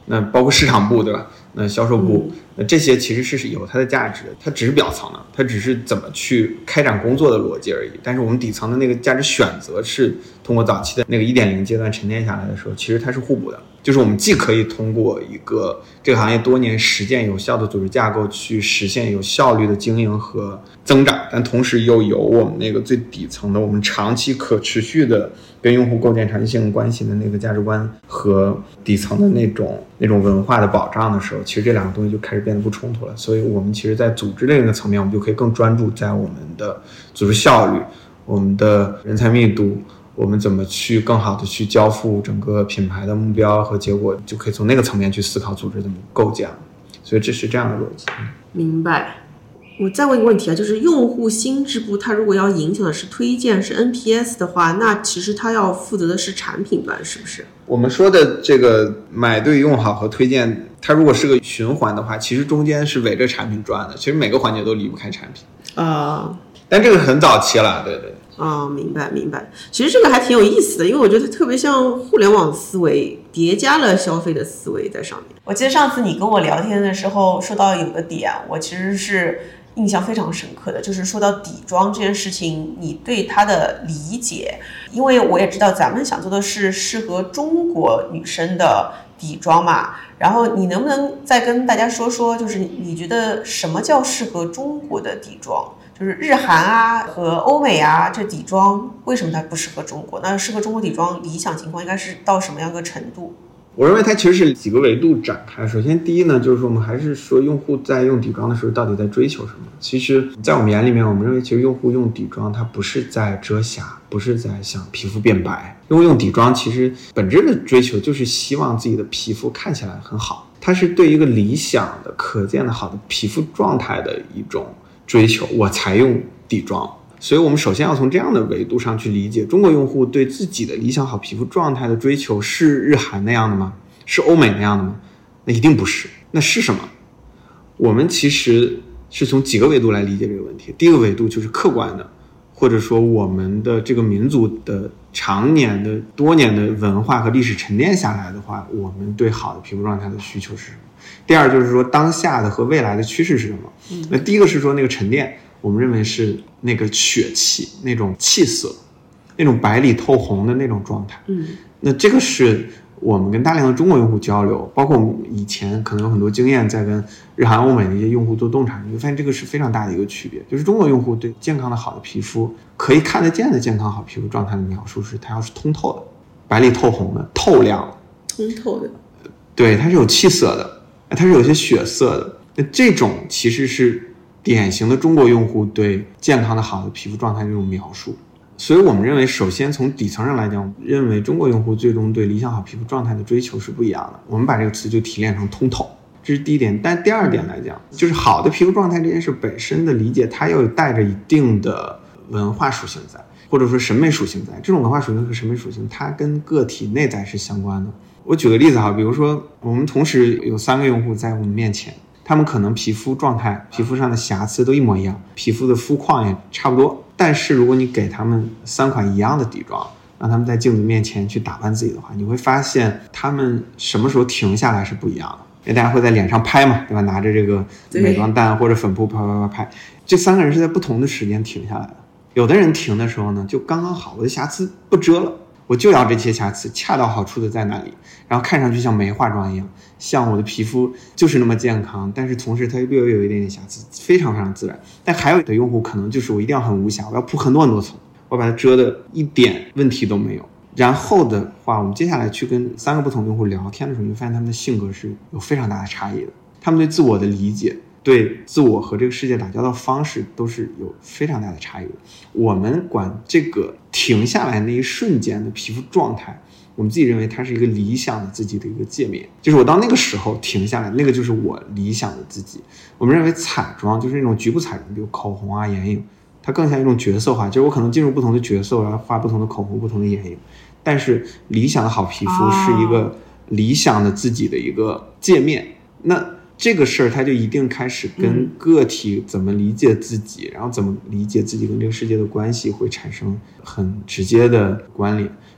那包括市场部，对吧？那销售部，那这些其实是有它的价值的，它只是表层的，它只是怎么去开展工作的逻辑而已。但是我们底层的那个价值选择是通过早期的那个 一点零 阶段沉淀下来的时候，其实它是互补的。就是我们既可以通过一个这个行业多年实践有效的组织架构去实现有效率的经营和增长，但同时又有我们那个最底层的我们长期可持续的跟用户构建长期性关系的那个价值观和底层的那种那种文化的保障的时候，其实这两个东西就开始变得不冲突了。所以我们其实在组织这个层面，我们就可以更专注在我们的组织效率、我们的人才密度，我们怎么去更好的去交付整个品牌的目标和结果，就可以从那个层面去思考组织怎么构建。所以这是这样的逻辑。 明白。我再问一个问题啊，就是用户心智部它如果要影响的是推荐是 N P S 的话，那其实它要负责的是产品端，是不是？ 我们说的这个买对用好和推荐，它如果是个循环的话，其实中间是围着产品转的，其实每个环节都离不开产品啊、呃。 但这个很早期了，对对。 啊、哦，明白明白。其实这个还挺有意思的，因为我觉得特别像互联网思维叠加了消费的思维在上面。我记得上次你跟我聊天的时候说到有个点，我其实是印象非常深刻的，就是说到底妆这件事情，你对它的理解。因为我也知道咱们想做的是适合中国女生的底妆嘛，然后你能不能再跟大家说说，就是你觉得什么叫适合中国的底妆？就是日韩啊和欧美啊，这底妆为什么它不适合中国？那适合中国底妆理想情况应该是到什么样的程度？ 我认为它其实是几个维度展开。首先第一呢，就是说我们还是说用户在用底妆的时候到底在追求什么。其实在我们眼里面，我们认为其实用户用底妆它不是在遮瑕，不是在想皮肤变白。用户用底妆其实本质的追求就是希望自己的皮肤看起来很好，它是对一个理想的可见的好的皮肤状态的一种追求，我才用底妆。所以我们首先要从这样的维度上去理解，中国用户对自己的理想好皮肤状态的追求是日韩那样的吗？是欧美那样的吗？那一定不是。那是什么？我们其实是从几个维度来理解这个问题。第一个维度就是客观的，或者说我们的这个民族的常年的多年的文化和历史沉淀下来的话，我们对好的皮肤状态的需求是什么？第二就是说当下的和未来的趋势是什么？嗯、那第一个是说那个沉淀，我们认为是那个血气，那种气色，那种白里透红的那种状态。嗯，那这个是我们跟大量的中国用户交流，包括我们以前可能有很多经验在跟日韩欧美的一些用户做洞察，你会发现这个是非常大的一个区别。就是中国用户对健康的好的皮肤，可以看得见的健康好皮肤状态的描述是它要是通透的，白里透红的，透亮通透的， 对，它是有气色的，它是有些血色的。那这种其实是典型的中国用户对健康的好的皮肤状态这种描述。所以我们认为首先从底层上来讲，认为中国用户最终对理想好皮肤状态的追求是不一样的。我们把这个词就提炼成通透，这是第一点。但第二点来讲，就是好的皮肤状态这件事本身的理解，它要有带着一定的文化属性在，或者说审美属性在。这种文化属性和审美属性它跟个体内在是相关的。我举个例子哈，比如说我们同时有三个用户在我们面前，他们可能皮肤状态、皮肤上的瑕疵都一模一样，皮肤的肤况也差不多，但是如果你给他们三款一样的底妆，让他们在镜子面前去打扮自己的话，你会发现他们什么时候停下来是不一样的。因为大家会在脸上拍嘛，对吧？拿着这个美妆蛋或者粉扑拍拍拍拍，这三个人是在不同的时间停下来的。有的人停的时候呢，就刚刚好，我的瑕疵不遮了，我就要这些瑕疵恰到好处的在那里，然后看上去像没化妆一样，像我的皮肤就是那么健康，但是同时它略微有一点点瑕疵，非常非常自然。但还有的用户可能就是我一定要很无瑕，我要铺很多很多层，我把它遮的一点问题都没有。然后的话，我们接下来去跟三个不同的用户聊天的时候，你会发现他们的性格是有非常大的差异的，他们对自我的理解，对自我和这个世界打交道方式都是有非常大的差异的。我们管这个停下来那一瞬间的皮肤状态，我们自己认为它是一个理想的自己的一个界面，就是我到那个时候停下来，那个就是我理想的自己。我们认为彩妆就是那种局部彩妆，比如口红啊、眼影，它更像一种角色化，就是我可能进入不同的角色，我要画不同的口红、不同的眼影。但是理想的好皮肤是一个理想的自己的一个界面，那这个事儿它就一定开始跟个体怎么理解自己，然后怎么理解自己跟这个世界的关系会产生很直接的关联。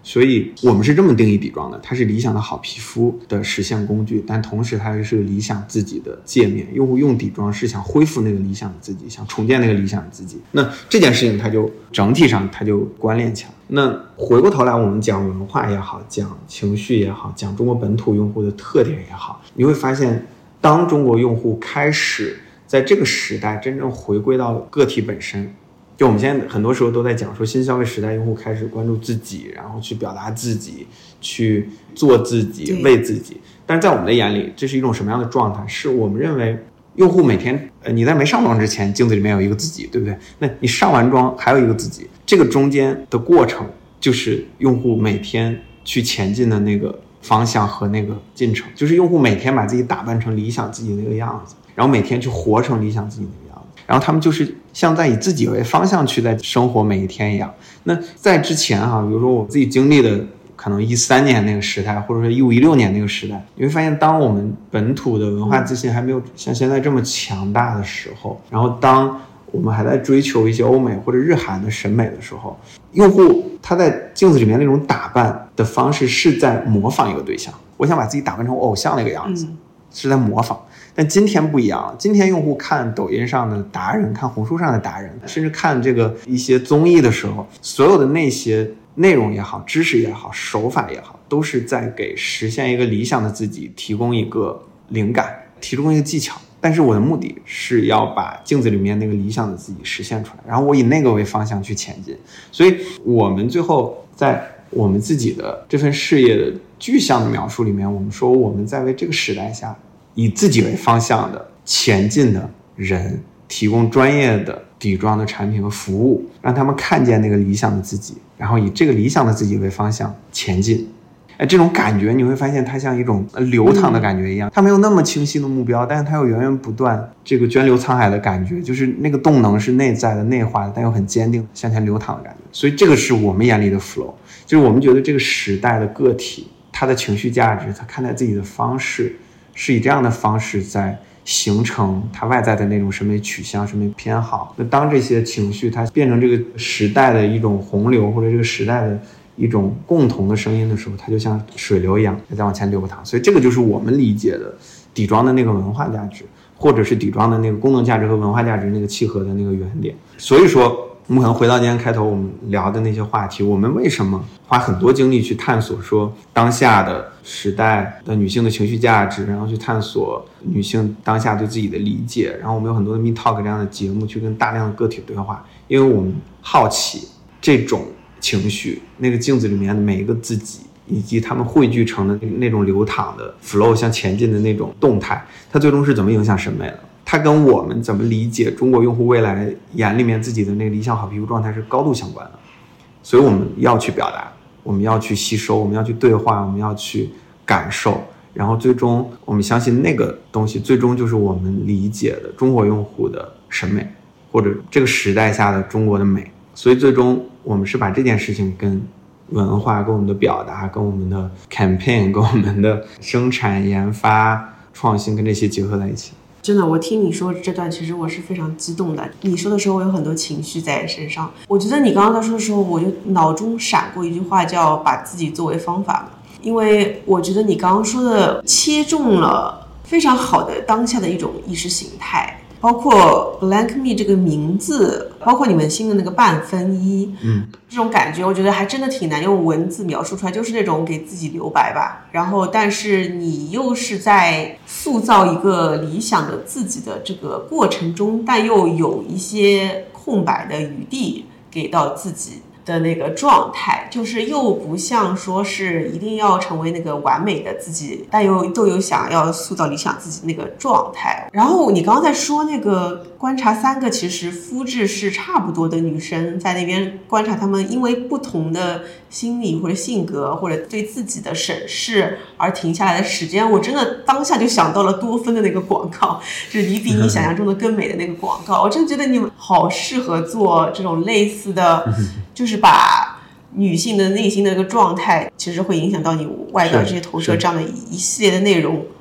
所以我们是这么定义底妆的，它是理想的好皮肤的实现工具，但同时它也是理想自己的界面。用户用底妆是想恢复那个理想的自己，想重建那个理想的自己，那这件事情它就整体上它就关联起来。那回过头来我们讲文化也好，讲情绪也好，讲中国本土用户的特点也好，你会发现当中国用户开始在这个时代真正回归到个体本身，就我们现在很多时候都在讲说新消费时代用户开始关注自己，然后去表达自己，去做自己，为自己。但是在我们的眼里，这是一种什么样的状态？是我们认为用户每天呃你在没上妆之前镜子里面有一个自己，对不对？那你上完妆还有一个自己，这个中间的过程就是用户每天去前进的那个方向和那个进程，就是用户每天把自己打扮成理想自己那个样子，然后每天去活成理想自己那个样子，然后他们就是像在以自己为方向去在生活每一天一样。那在之前哈、啊，比如说我自己经历的可能一三年那个时代，或者说一五一六年那个时代，你会发现当我们本土的文化自信还没有像现在这么强大的时候，然后当我们还在追求一些欧美或者日韩的审美的时候，用户他在镜子里面那种打扮的方式是在模仿一个对象，我想把自己打扮成偶像那个样子、嗯、是在模仿。但今天不一样了，今天用户看抖音上的达人，看红书上的达人，甚至看这个一些综艺的时候，所有的那些内容也好，知识也好，手法也好，都是在给实现一个理想的自己提供一个灵感，提供一个技巧。但是我的目的是要把镜子里面那个理想的自己实现出来，然后我以那个为方向去前进。所以我们最后在我们自己的这份事业的具象的描述里面，我们说我们在为这个时代下以自己为方向的前进的人提供专业的底妆的产品和服务，让他们看见那个理想的自己，然后以这个理想的自己为方向前进。哎，这种感觉你会发现它像一种流淌的感觉一样，它没有那么清晰的目标，但是它又源源不断这个涓流沧海的感觉，就是那个动能是内在的内化的，但又很坚定向前流淌的感觉。所以这个是我们眼里的 flow， 就是我们觉得这个时代的个体他的情绪价值，他看待自己的方式是以这样的方式在形成他外在的那种审美取向、审美偏好。那当这些情绪它变成这个时代的一种洪流，或者这个时代的一种共同的声音的时候，它就像水流一样在往前流淌。所以这个就是我们理解的底妆的那个文化价值，或者是底妆的那个功能价值和文化价值那个契合的那个原点。所以说我们可能回到今天开头我们聊的那些话题，我们为什么花很多精力去探索说当下的时代的女性的情绪价值，然后去探索女性当下对自己的理解，然后我们有很多的 Me Talk 这样的节目去跟大量的个体对话，因为我们好奇这种情绪，那个镜子里面的每一个自己，以及他们汇聚成的那种流淌的 flow 向前进的那种动态，它最终是怎么影响审美的，它跟我们怎么理解中国用户未来眼里面自己的那个理想好皮肤状态是高度相关的。所以我们要去表达，我们要去吸收，我们要去对话，我们要去感受，然后最终我们相信那个东西最终就是我们理解的中国用户的审美，或者这个时代下的中国的美。所以最终我们是把这件事情跟文化、跟我们的表达、跟我们的 campaign、跟我们的生产研发创新跟这些结合在一起。 真的，我听你说这段其实我是非常激动的，你说的时候我有很多情绪在身上。我觉得你刚刚在说的时候，我就脑中闪过一句话，叫把自己作为方法。因为我觉得你刚刚说的切中了非常好的当下的一种意识形态，包括 Blank Me 这个名字，包括你们新的那个半分一， 嗯， 这种感觉我觉得还真的挺难用文字描述出来，就是那种给自己留白吧。然后但是你又是在塑造一个理想的自己的这个过程中，但又有一些空白的余地给到自己的那个状态，就是又不像说是一定要成为那个完美的自己，但又都有想要塑造理想自己那个状态。然后你刚刚在说那个观察三个其实肤质是差不多的女生，在那边观察她们因为不同的心理或者性格或者对自己的审视而停下来的时间，我真的当下就想到了多芬的那个广告，就是你比你想象中的更美的那个广告。我真的觉得你们好适合做这种类似的，就是把女性的内心的一个状态其实会影响到你外表这些投射这样的一系列的内容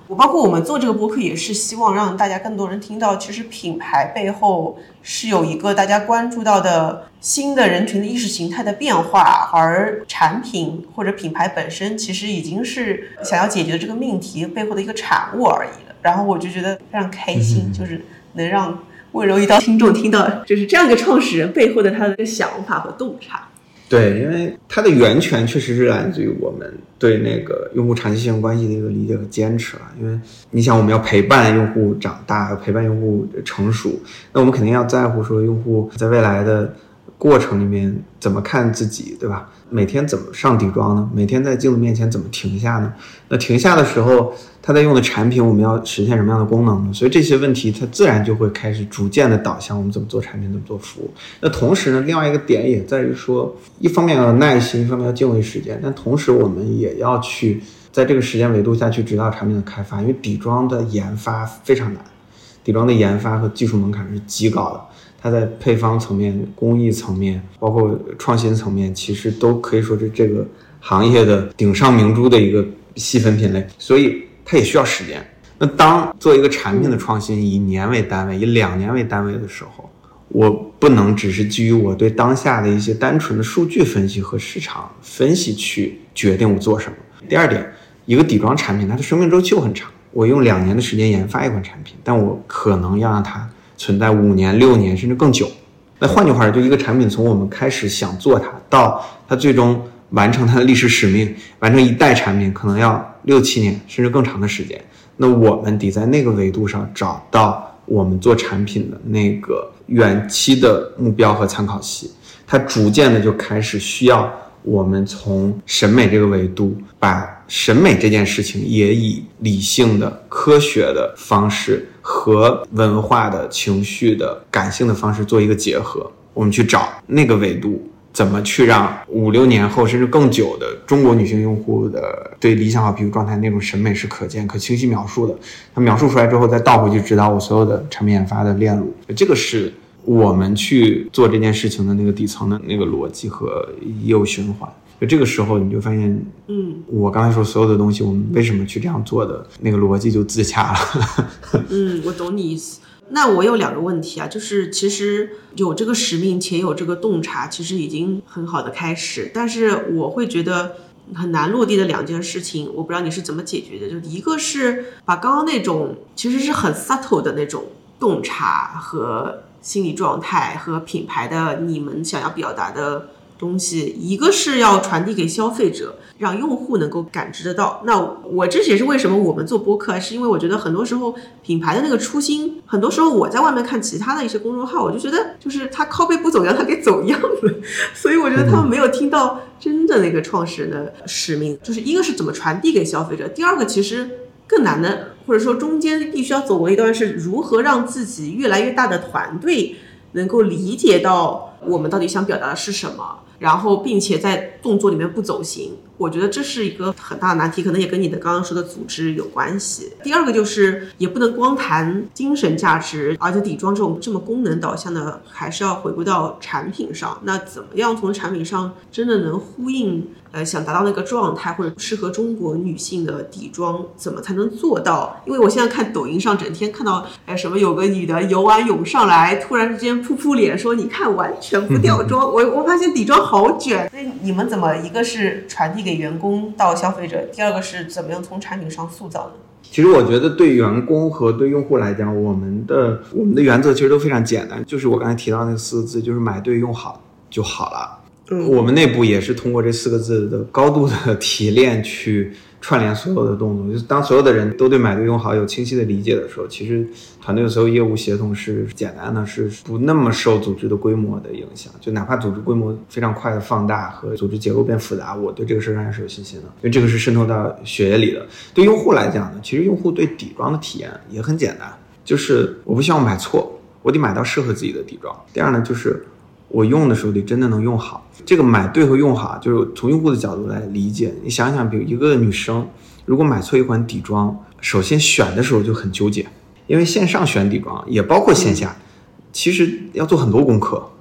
我包括我们做这个播客也是希望让大家更多人听到，其实品牌背后是有一个大家关注到的新的人群的意识形态的变化，而产品或者品牌本身其实已经是想要解决这个命题背后的一个产物而已了。然后我就觉得非常开心，就是能让温柔一刀听众听到就是这样一个创始人背后的他的一个想法和洞察。 对，因为它的源泉确实是来自于我们对那个用户长期信任关系的一个理解和坚持了。因为你想，我们要陪伴用户长大，要陪伴用户成熟，那我们肯定要在乎说用户在未来的过程里面怎么看自己，对吧？每天怎么上底妆呢？每天在镜子面前怎么停下呢？那停下的时候，他在用的产品我们要实现什么样的功能呢？所以这些问题它自然就会开始逐渐的导向我们怎么做产品，怎么做服务。那同时呢，另外一个点也在于说，一方面要有耐心，一方面要敬畏时间，但同时我们也要去在这个时间维度下去指导产品的开发，因为底妆的研发非常难，底妆的研发和技术门槛是极高的。它在配方层面、工艺层面，包括创新层面，其实都可以说是这个行业的顶上明珠的一个细分品类，所以它也需要时间。那当做一个产品的创新以年为单位、以两年为单位的时候，我不能只是基于我对当下的一些单纯的数据分析和市场分析去决定我做什么。第二点，一个底妆产品它的生命周期很长，我用两年的时间研发一款产品，但我可能要让它存在五年、六年甚至更久。那换句话说，就一个产品从我们开始想做它到它最终完成它的历史使命，完成一代产品，可能要六七年甚至更长的时间。那我们得在那个维度上找到我们做产品的那个远期的目标和参考系，它逐渐的就开始需要我们从审美这个维度，把审美这件事情也以理性的、科学的方式和文化的、情绪的、感性的方式做一个结合。我们去找那个维度，怎么去让五六年后甚至更久的中国女性用户的对理想化皮肤状态那种审美是可见、可清晰描述的。它描述出来之后，再倒回去指导我所有的产品研发的链路。这个是我们去做这件事情的那个底层的那个逻辑和业务循环。就这个时候你就发现， 嗯， 我刚才说所有的东西我们为什么去这样做的那个逻辑就自洽了。 嗯，我懂你意思。那我有两个问题啊，就是其实有这个使命且有这个洞察，其实已经很好的开始，但是我会觉得很难落地的两件事情，我不知道你是怎么解决的。就一个是把刚刚那种其实是很 subtle 的那种洞察和心理状态和品牌的你们想要表达的东西，一个是要传递给消费者，让用户能够感知得到。那我这也是为什么我们做播客，是因为我觉得很多时候品牌的那个初心，很多时候我在外面看其他的一些公众号，我就觉得就是他靠背不走样，他给走样了，所以我觉得他们没有听到真的那个创始人的使命，就是一个是怎么传递给消费者，第二个其实更难的，或者说中间必须要走过一段是如何让自己越来越大的团队能够理解到我们到底想表达的是什么，然后并且在动作里面不走形。我觉得这是一个很大的难题，可能也跟你的刚刚说的组织有关系。第二个就是也不能光谈精神价值，而且底妆这种这么功能导向的还是要回归到产品上。那怎么样从产品上真的能呼应呃想达到那个状态，或者适合中国女性的底妆，怎么才能做到？因为我现在看抖音上整天看到哎什么有个女的游完泳上来，突然之间扑扑脸说你看完全不掉妆，我我发现底妆好卷。所以你们怎么一个是传递给员工到消费者，第二个是怎么样从产品上塑造呢？ 其实我觉得对员工和对用户来讲，我们的我们的原则其实都非常简单，就是我刚才提到那四个字，就是买对用好就好了。嗯，我们内部也是通过这四个字的高度的提炼去串联所有的动作，就是当所有的人都对买对用好有清晰的理解的时候，其实团队的所有业务协同是简单的，是不那么受组织的规模的影响。就哪怕组织规模非常快的放大和组织结构变复杂，我对这个事上还是有信心的，因为这个是渗透到血液里的。对用户来讲呢，其实用户对底妆的体验也很简单，就是我不希望买错，我得买到适合自己的底妆。第二呢，就是我用的时候得真的能用好。这个买对和用好，就是从用户的角度来理解。你想想，比如一个女生如果买错一款底妆，首先选的时候就很纠结，因为线上选底妆也包括线下，其实要做很多功课，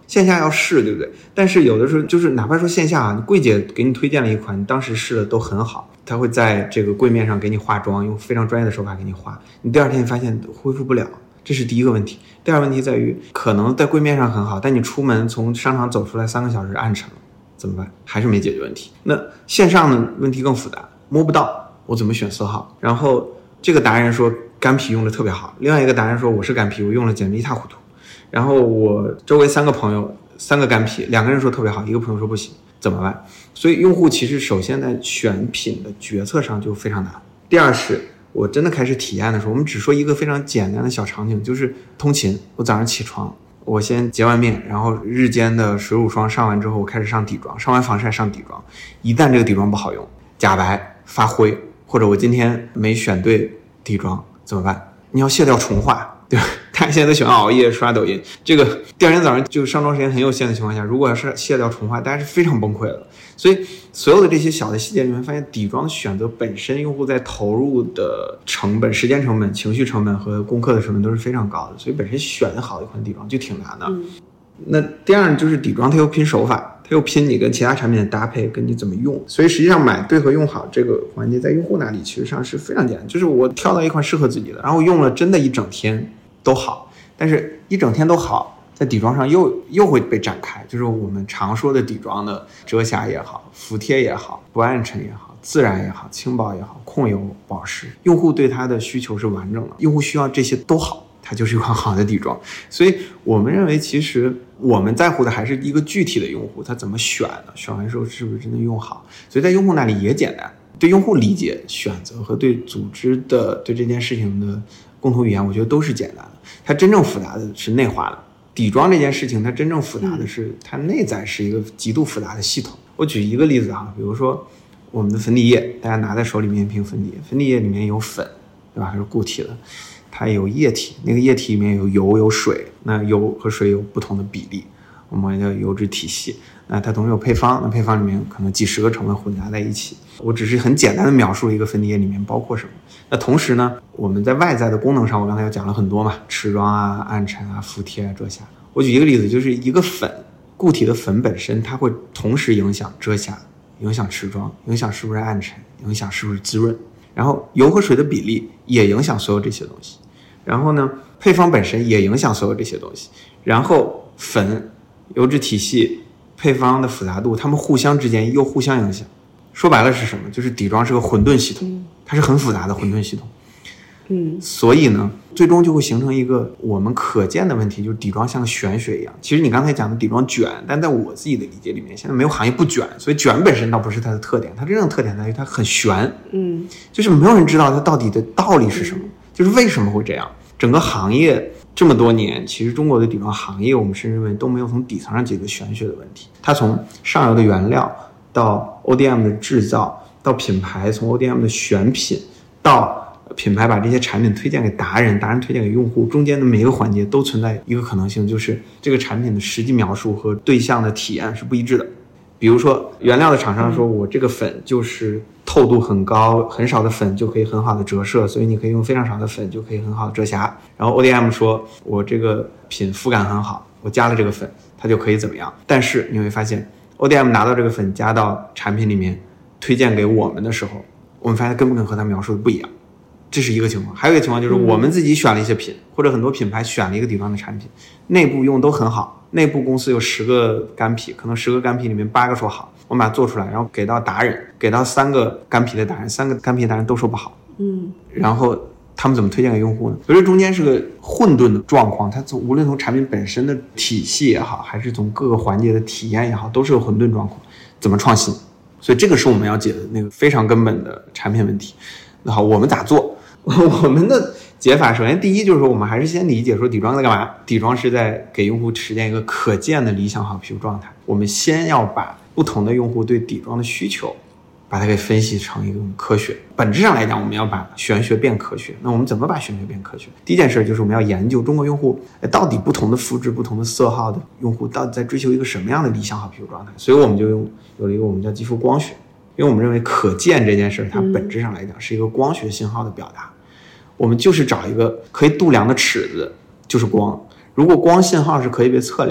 线下要试，对不对？但是有的时候就是哪怕说线下啊，柜姐给你推荐了一款，你当时试的都很好，她会在这个柜面上给你化妆，用非常专业的手法给你化，你第二天发现恢复不了，这是第一个问题。第二个问题在于，可能在柜面上很好，但你出门从商场走出来三个小时暗沉了，怎么办？还是没解决问题。那线上的问题更复杂，摸不到，我怎么选色号？然后这个达人说干皮用的特别好，另外一个达人说我是干皮，我用了简直一塌糊涂。然后我周围三个朋友，三个干皮，两个人说特别好，一个朋友说不行，怎么办？所以用户其实首先在选品的决策上就非常难。第二是我真的开始体验的时候，我们只说一个非常简单的小场景，就是通勤。我早上起床，我先洁完面，然后日间的水乳霜上完之后，我开始上底妆，上完防晒上底妆。一旦这个底妆不好用，假白发灰，或者我今天没选对底妆怎么办？你要卸掉重画，对吧？大家现在都喜欢熬夜刷抖音，这个第二天早上就上妆时间很有限的情况下，如果要是卸掉重画，大家是非常崩溃的。所以所有的这些小的细节，你会发现底妆的选择本身，用户在投入的成本、时间成本、情绪成本和功课的成本都是非常高的，所以本身选好一款底妆就挺难的。嗯、那第二就是底妆它又拼手法，它又拼你跟其他产品的搭配，跟你怎么用。所以实际上买对和用好这个环节，在用户那里其实上是非常简单，就是我挑到一款适合自己的，然后用了真的一整天都好，但是一整天都好，在底妆上又又会被展开，就是我们常说的底妆的遮瑕也好，服帖也好，不暗沉也好，自然也好，轻薄也好，控油保湿，用户对它的需求是完整的，用户需要这些都好，它就是一款好的底妆。所以我们认为其实我们在乎的还是一个具体的用户，他怎么选的，选完之后是不是真的用好。所以在用户那里也简单，对用户理解选择和对组织的对这件事情的共同语言，我觉得都是简单的。它真正复杂的是内化的。底妆这件事情，它真正复杂的是它内在是一个极度复杂的系统。我举一个例子啊，比如说我们的粉底液，大家拿在手里面一瓶粉底液，粉底液里面有粉，对吧？还是固体的，它有液体，那个液体里面有油有水，那油和水有不同的比例，我们叫油脂体系。那它同时有配方，那配方里面可能几十个成分混杂在一起。我只是很简单的描述一个粉底液里面包括什么。那同时呢，我们在外在的功能上，我刚才又讲了很多嘛，持妆啊、暗沉啊、服帖啊、遮瑕。我举一个例子，就是一个粉，固体的粉本身，它会同时影响遮瑕、影响持妆、影响是不是暗沉、影响是不是滋润。然后油和水的比例也影响所有这些东西。然后呢，配方本身也影响所有这些东西。然后粉、油脂体系、配方的复杂度，它们互相之间又互相影响。说白了是什么？就是底妆是个混沌系统，它是很复杂的混沌系统。嗯，所以呢，最终就会形成一个我们可见的问题，就是底妆像个玄学一样。其实你刚才讲的底妆卷，但在我自己的理解里面，现在没有行业不卷，所以卷本身倒不是它的特点，它真正特点在于它很玄。嗯，就是没有人知道它到底的道理是什么，就是为什么会这样。整个行业这么多年，其实中国的底妆行业，我们是认为都没有从底层上解决玄学的问题。它从上游的原料到 O D M 的制造，到品牌从 O D M 的选品，到品牌把这些产品推荐给达人，达人推荐给用户，中间的每一个环节都存在一个可能性，就是这个产品的实际描述和对象的体验是不一致的。比如说原料的厂商说，我这个粉就是透度很高，很少的粉就可以很好的折射，所以你可以用非常少的粉就可以很好的遮瑕。然后 O D M 说，我这个品肤感很好，我加了这个粉它就可以怎么样。但是你会发现 O D M 拿到这个粉加到产品里面推荐给我们的时候，我们发现根本跟和他描述的不一样。这是一个情况。还有一个情况就是我们自己选了一些品，或者很多品牌选了一个底妆的产品，内部用都很好，内部公司有十个干皮，可能十个干皮里面八个说好，我们把它做出来，然后给到达人，给到三个干皮的达人，三个干皮的达人都说不好。嗯，然后他们怎么推荐给用户呢？所以这中间是个混沌的状况，它从无论从产品本身的体系也好，还是从各个环节的体验也好，都是个混沌状况。怎么创新？所以这个是我们要解的那个非常根本的产品问题。那好，我们咋做？我们的解法，首先第一就是说，我们还是先理解说底妆在干嘛。底妆是在给用户实现一个可见的理想好皮肤状态。我们先要把不同的用户对底妆的需求，把它给分析成一个科学。本质上来讲，我们要把玄学变科学。那我们怎么把玄学变科学？第一件事就是我们要研究中国用户到底不同的肤质、不同的色号的用户到底在追求一个什么样的理想好皮肤状态。所以我们就用有了一个我们叫肌肤光学。因为我们认为可见这件事它本质上来讲是一个光学信号的表达。我们就是找一个可以度量的尺子，就是光。如果光信号是可以被测量的，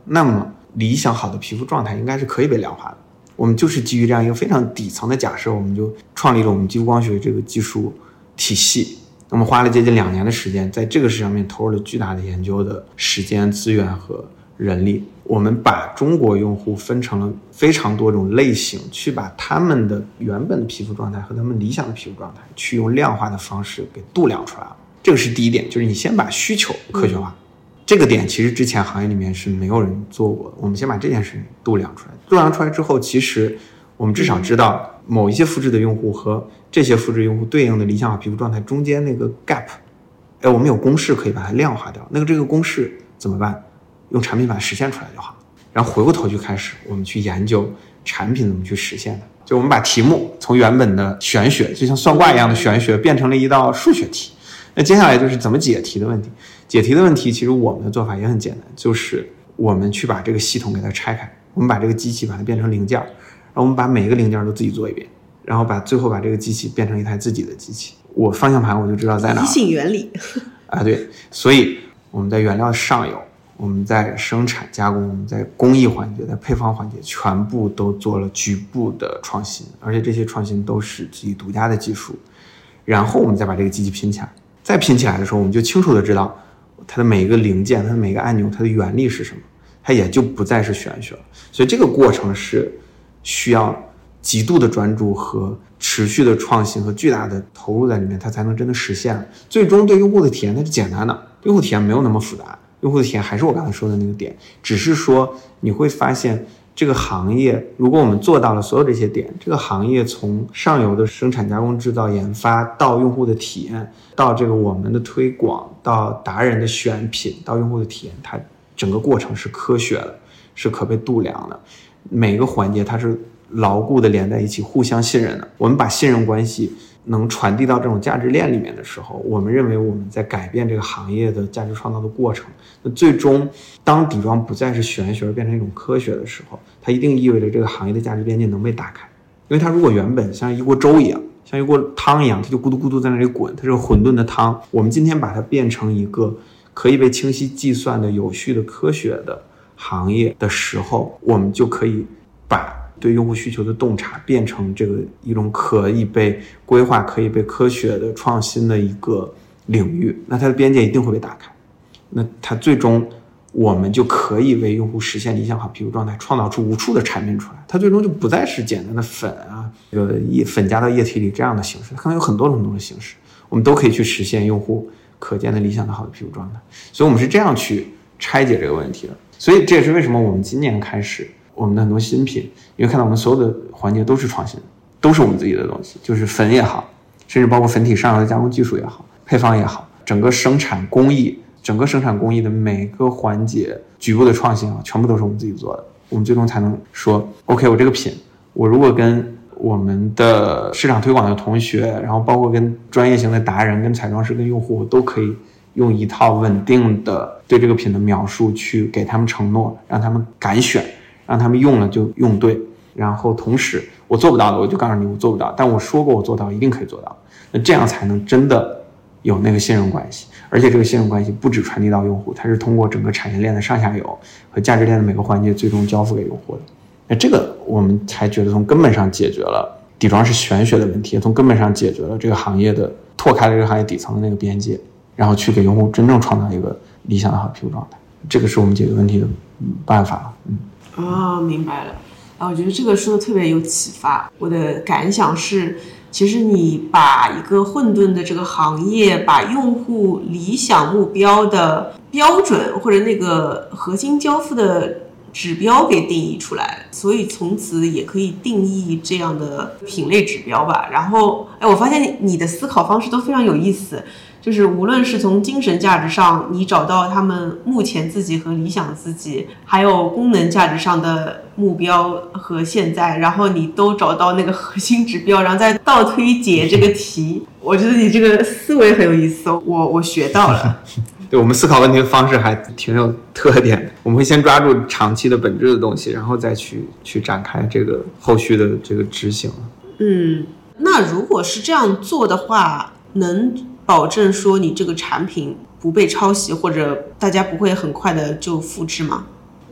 那么理想好的皮肤状态应该是可以被量化的。我们就是基于这样一个非常底层的假设，我们就创立了我们激光学这个技术体系。我们花了接近两年的时间，在这个事上面投入了巨大的研究的时间、资源和人力。我们把中国用户分成了非常多种类型，去把他们的原本的皮肤状态和他们理想的皮肤状态，去用量化的方式给度量出来了。这个是第一点，就是你先把需求科学化。嗯，这个点其实之前行业里面是没有人做过的，我们先把这件事情度量出来。度量出来之后，其实我们至少知道某一些肤质的用户和这些肤质用户对应的理想化皮肤状态中间那个 gap， 哎，我们有公式可以把它量化掉。那个这个公式怎么办？用产品把它实现出来就好。然后回过头去开始，我们去研究产品怎么去实现的。就我们把题目从原本的玄学，就像算卦一样的玄学，变成了一道数学题。那接下来就是怎么解题的问题。解题的问题，其实我们的做法也很简单，就是我们去把这个系统给它拆开，我们把这个机器把它变成零件，然后我们把每一个零件都自己做一遍，然后把最后把这个机器变成一台自己的机器。我方向盘我就知道在哪。 离性原理啊，对，所以我们在原料上游，我们在生产加工，我们在工艺环节，在配方环节，全部都做了局部的创新，而且这些创新都是自己独家的技术。然后我们再把这个机器拼起来，再拼起来的时候，我们就清楚的知道它的每一个零件，它的每个按钮，它的原理是什么，它也就不再是玄学了。所以这个过程是需要极度的专注和持续的创新和巨大的投入在里面，它才能真的实现。最终对用户的体验它是简单的，用户体验没有那么复杂，用户的体验还是我刚才说的那个点，只是说你会发现这个行业，如果我们做到了所有这些点，这个行业从上游的生产加工制造研发到用户的体验，到这个我们的推广，到达人的选品，到用户的体验，它整个过程是科学的，是可被度量的，每个环节它是牢固的连在一起，互相信任的。我们把信任关系能传递到这种价值链里面的时候，我们认为我们在改变这个行业的价值创造的过程。那最终当底妆不再是玄学而变成一种科学的时候，它一定意味着这个行业的价值边界能被打开。因为它如果原本像一锅粥一样，像一锅汤一样，它就咕嘟咕嘟在那里滚，它是个混沌的汤。我们今天把它变成一个可以被清晰计算的有序的科学的行业的时候，我们就可以把对用户需求的洞察变成这个一种可以被规划、可以被科学的创新的一个领域，那它的边界一定会被打开。那它最终我们就可以为用户实现理想化皮肤状态，创造出无数的产品出来。它最终就不再是简单的粉啊，这个液粉加到液体里这样的形式，它可能有很多很多的形式，我们都可以去实现用户可见的理想的好的皮肤状态。所以我们是这样去拆解这个问题的。所以这也是为什么我们今年开始我们的很多新品，因为看到我们所有的环节都是创新，都是我们自己的东西，就是粉也好，甚至包括粉体上游的加工技术也好，配方也好，整个生产工艺，整个生产工艺的每个环节局部的创新啊，全部都是我们自己做的。我们最终才能说 OK， 我这个品，我如果跟我们的市场推广的同学，然后包括跟专业型的达人，跟彩妆师，跟用户，我都可以用一套稳定的对这个品的描述去给他们承诺，让他们敢选，让他们用了就用对。然后同时我做不到的我就告诉你我做不到，但我说过我做到，一定可以做到。那这样才能真的有那个信任关系，而且这个信任关系不只传递到用户，它是通过整个产业链的上下游和价值链的每个环节最终交付给用户的。那这个我们才觉得从根本上解决了底妆是玄学的问题，从根本上解决了这个行业的拓开了这个行业底层的那个边界，然后去给用户真正创造一个理想的好皮肤状态。这个是我们解决问题的办法。嗯， 哦，明白了。啊，我觉得这个说的特别有启发。我的感想是，其实你把一个混沌的这个行业，把用户理想目标的标准或者那个核心交付的指标给定义出来，所以从此也可以定义这样的品类指标吧。然后，哎，我发现你的思考方式都非常有意思。就是无论是从精神价值上，你找到他们目前自己和理想自己，还有功能价值上的目标和现在，然后你都找到那个核心指标，然后再倒推解这个题。我觉得你这个思维很有意思，我我学到了。 对，我们思考问题的方式还挺有特点的。我们会先抓住长期的本质的东西，然后再去去展开这个后续的这个执行。 嗯，那如果是这样做的话，能保证说你这个产品不被抄袭，或者大家不会很快的就复制吗？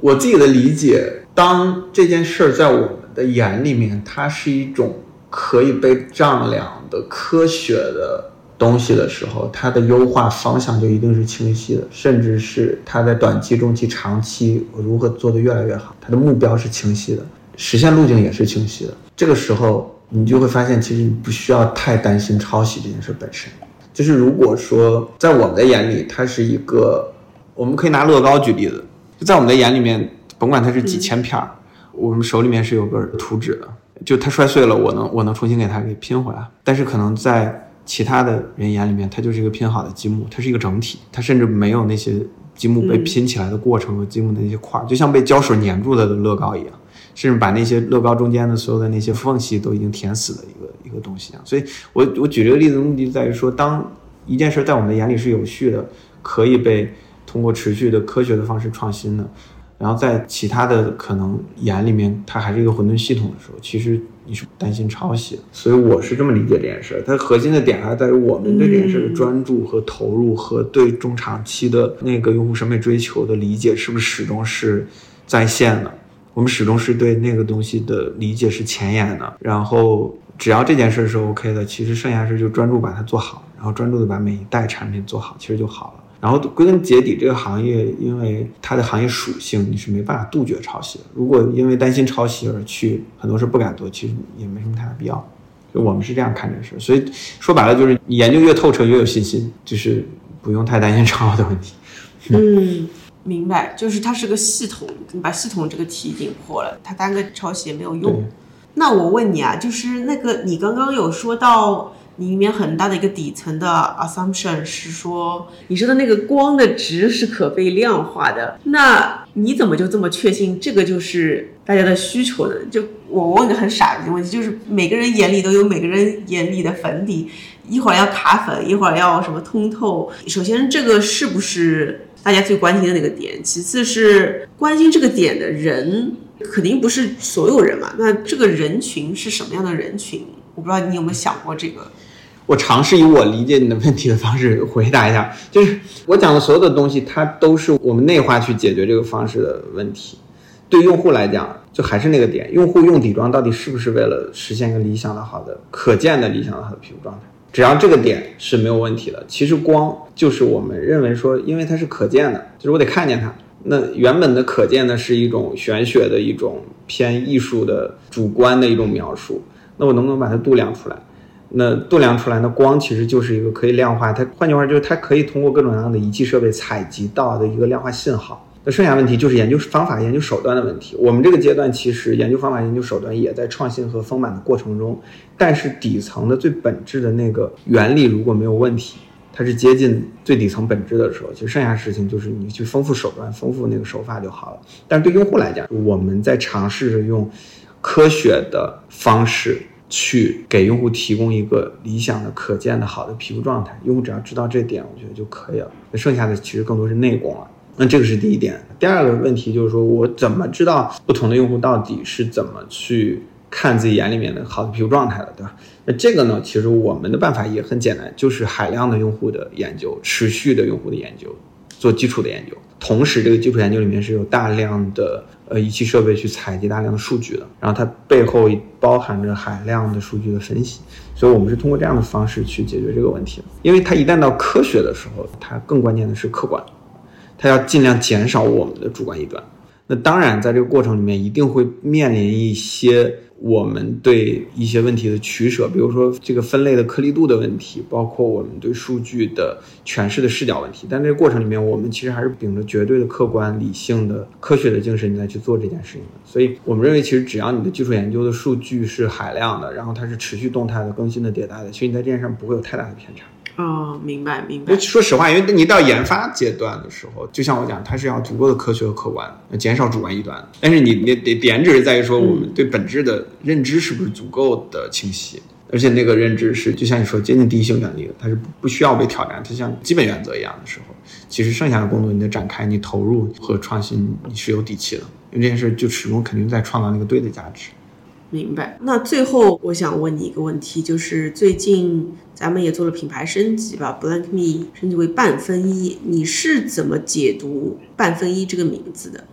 我自己的理解，当这件事在我们的眼里面，它是一种可以被丈量的科学的东西的时候，它的优化方向就一定是清晰的，甚至是它在短期、中期、长期如何做得越来越好，它的目标是清晰的，实现路径也是清晰的。这个时候你就会发现，其实你不需要太担心抄袭这件事本身。就是如果说在我们的眼里，它是一个，我们可以拿乐高举例子，就在我们的眼里面，甭管它是几千片、嗯、我们手里面是有个图纸的，就它摔碎了，我能我能重新给它给拼回来。但是可能在其他的人眼里面，它就是一个拼好的积木，它是一个整体，它甚至没有那些积木被拼起来的过程和积木的那些块、嗯、就像被胶水粘住的乐高一样，甚至把那些乐高中间的所有的那些缝隙都已经填死的一个一个东西。所以我我举这个例子的目的在于说，当一件事在我们的眼里是有序的，可以被通过持续的科学的方式创新的，然后在其他的可能眼里面它还是一个混沌系统的时候，其实你是担心抄袭的。所以我是这么理解这件事，它核心的点还在于我们对这件事的专注和投入，和对中长期的那个用户审美追求的理解是不是始终是在线的，我们始终是对那个东西的理解是前沿的，然后只要这件事是 OK 的，其实剩下是就专注把它做好，然后专注的把每一代产品做好，其实就好了。然后归根结底，这个行业因为它的行业属性，你是没办法杜绝抄袭的。如果因为担心抄袭而去很多事不敢做，其实也没什么太大必要。就我们是这样看这事，所以说白了就是你研究越透彻越有信心，就是不用太担心抄的问题。 嗯，明白，就是它是个系统，你把系统这个题已经破了，它单个抄袭也没有用。那我问你啊，就是那个你刚刚有说到你里面很大的一个底层的 assumption 是说，你说的那个光的值是可被量化的，那你怎么就这么确信这个就是大家的需求呢？就我问个很傻的问题，就是每个人眼里都有每个人眼里的粉底，一会儿要卡粉，一会儿要什么通透。首先这个是不是大家最关心的那个点，其次是关心这个点的人肯定不是所有人嘛，那这个人群是什么样的人群？我不知道你有没有想过这个。 我尝试以我理解你的问题的方式回答一下，就是我讲的所有的东西它都是我们内化去解决这个方式的问题。对用户来讲就还是那个点，用户用底妆到底是不是为了实现一个理想的好的可见的理想的好的皮肤状态，只要这个点是没有问题的。其实光就是我们认为说因为它是可见的，就是我得看见它，那原本的可见的是一种玄学的一种偏艺术的主观的一种描述，那我能不能把它度量出来？那度量出来的光其实就是一个可以量化，它换句话就是它可以通过各种各样的仪器设备采集到的一个量化信号。那剩下问题就是研究方法研究手段的问题。我们这个阶段其实研究方法研究手段也在创新和丰满的过程中，但是底层的最本质的那个原理如果没有问题，它是接近最底层本质的时候，其实剩下的事情就是你去丰富手段丰富那个手法就好了。但是对用户来讲，我们在尝试着用科学的方式去给用户提供一个理想的可见的好的皮肤状态，用户只要知道这点我觉得就可以了，那剩下的其实更多是内功了。那这个是第一点。第二个问题就是说我怎么知道不同的用户到底是怎么去看自己眼里面的好的皮肤状态的，对吧？那这个呢其实我们的办法也很简单，就是海量的用户的研究，持续的用户的研究，做基础的研究，同时这个基础研究里面是有大量的呃仪器设备去采集大量的数据的，然后它背后包含着海量的数据的分析，所以我们是通过这样的方式去解决这个问题的。因为它一旦到科学的时候，它更关键的是客观，它要尽量减少我们的主观臆断。那当然在这个过程里面一定会面临一些我们对一些问题的取舍，比如说这个分类的颗粒度的问题，包括我们对数据的诠释的视角问题。但这个过程里面我们其实还是秉着绝对的客观理性的科学的精神来去做这件事情的。所以我们认为其实只要你的基础研究的数据是海量的，然后它是持续动态的更新的迭代的，其实你在这件事上不会有太大的偏差。 哦，明白明白。 说实话，因为你到研发阶段的时候，就像我讲，它是要足够的科学和客观，减少主观臆断。但是你你得点只是在于说，我们对本质的认知是不是足够的清晰，嗯、而且那个认知是就像你说接近第一性原理的，它是不需要被挑战，它像基本原则一样的时候，其实剩下的工作你的展开、你投入和创新，你是有底气的，因为这件事就始终肯定在创造那个对的价值。 明白。那最后我想问你一个问题，就是最近咱们也做了品牌升级吧， Blank Me 升级为半分一，你是怎么解读半分一这个名字的？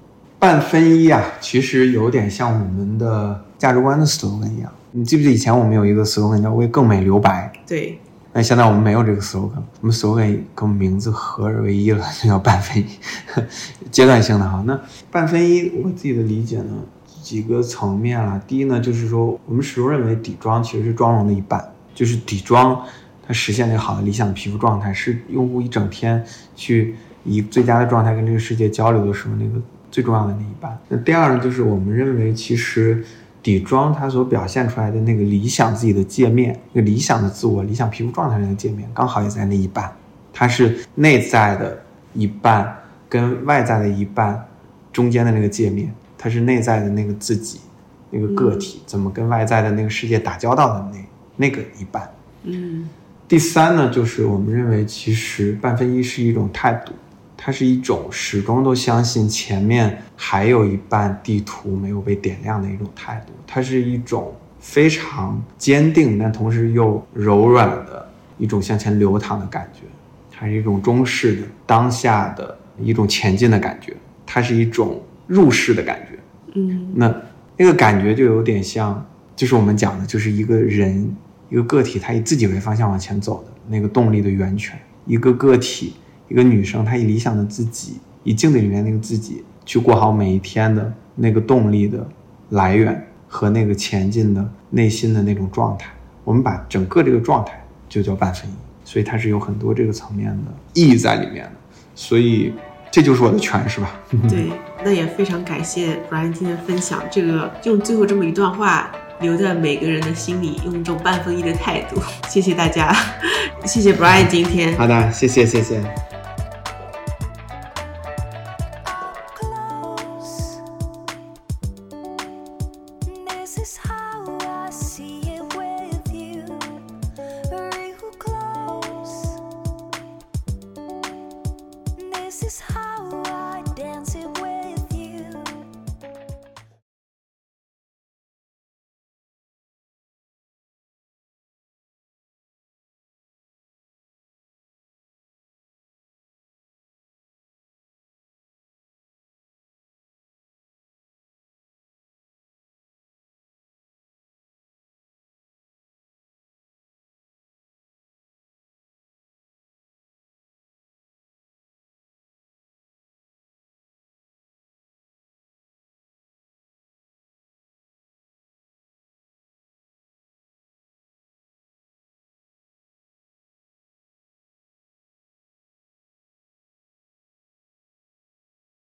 半分一啊，其实有点像我们的价值观的 slogan 一样。你记不记得以前我们有一个 slogan 叫为更美留白？ 对。 那现在我们没有这个 slogan， 我们 slogan 跟我们名字合而为一了，就叫半分一，阶段性的哈。那半分一，我自己的理解呢，几个层面啊。第一呢，就是说我们始终认为底妆其实是妆容的一半，就是底妆它实现那个好的理想的皮肤状态，是用户一整天去以最佳的状态跟这个世界交流的时候那个最重要的那一半。那第二呢，就是我们认为其实底妆它所表现出来的那个理想自己的界面，那个理想的自我理想皮肤状态的那个界面，刚好也在那一半。它是内在的一半跟外在的一半中间的那个界面，它是内在的那个自己那个个体怎么跟外在的那个世界打交道的那那个一半。 嗯。 第三呢，就是我们认为其实半分一是一种态度，它是一种始终都相信前面还有一半地图没有被点亮的一种态度，它是一种非常坚定但同时又柔软的一种向前流淌的感觉，它是一种中式的当下的一种前进的感觉，它是一种入世的感觉。 嗯， 那那个感觉就有点像，就是我们讲的，就是一个人一个个体他以自己为方向往前走的那个动力的源泉，一个个体一个女生她以理想的自己，以镜子里面那个自己去过好每一天的那个动力的来源和那个前进的内心的那种状态，我们把整个这个状态就叫半分一，所以它是有很多这个层面的意义在里面的，所以这就是我的诠释吧。 对，那也非常感谢 Brian 今天分享这个，用最后这么一段话留在每个人的心里，用一种半分一的态度。谢谢大家，谢谢 Brian 今天。 好的，谢谢谢谢。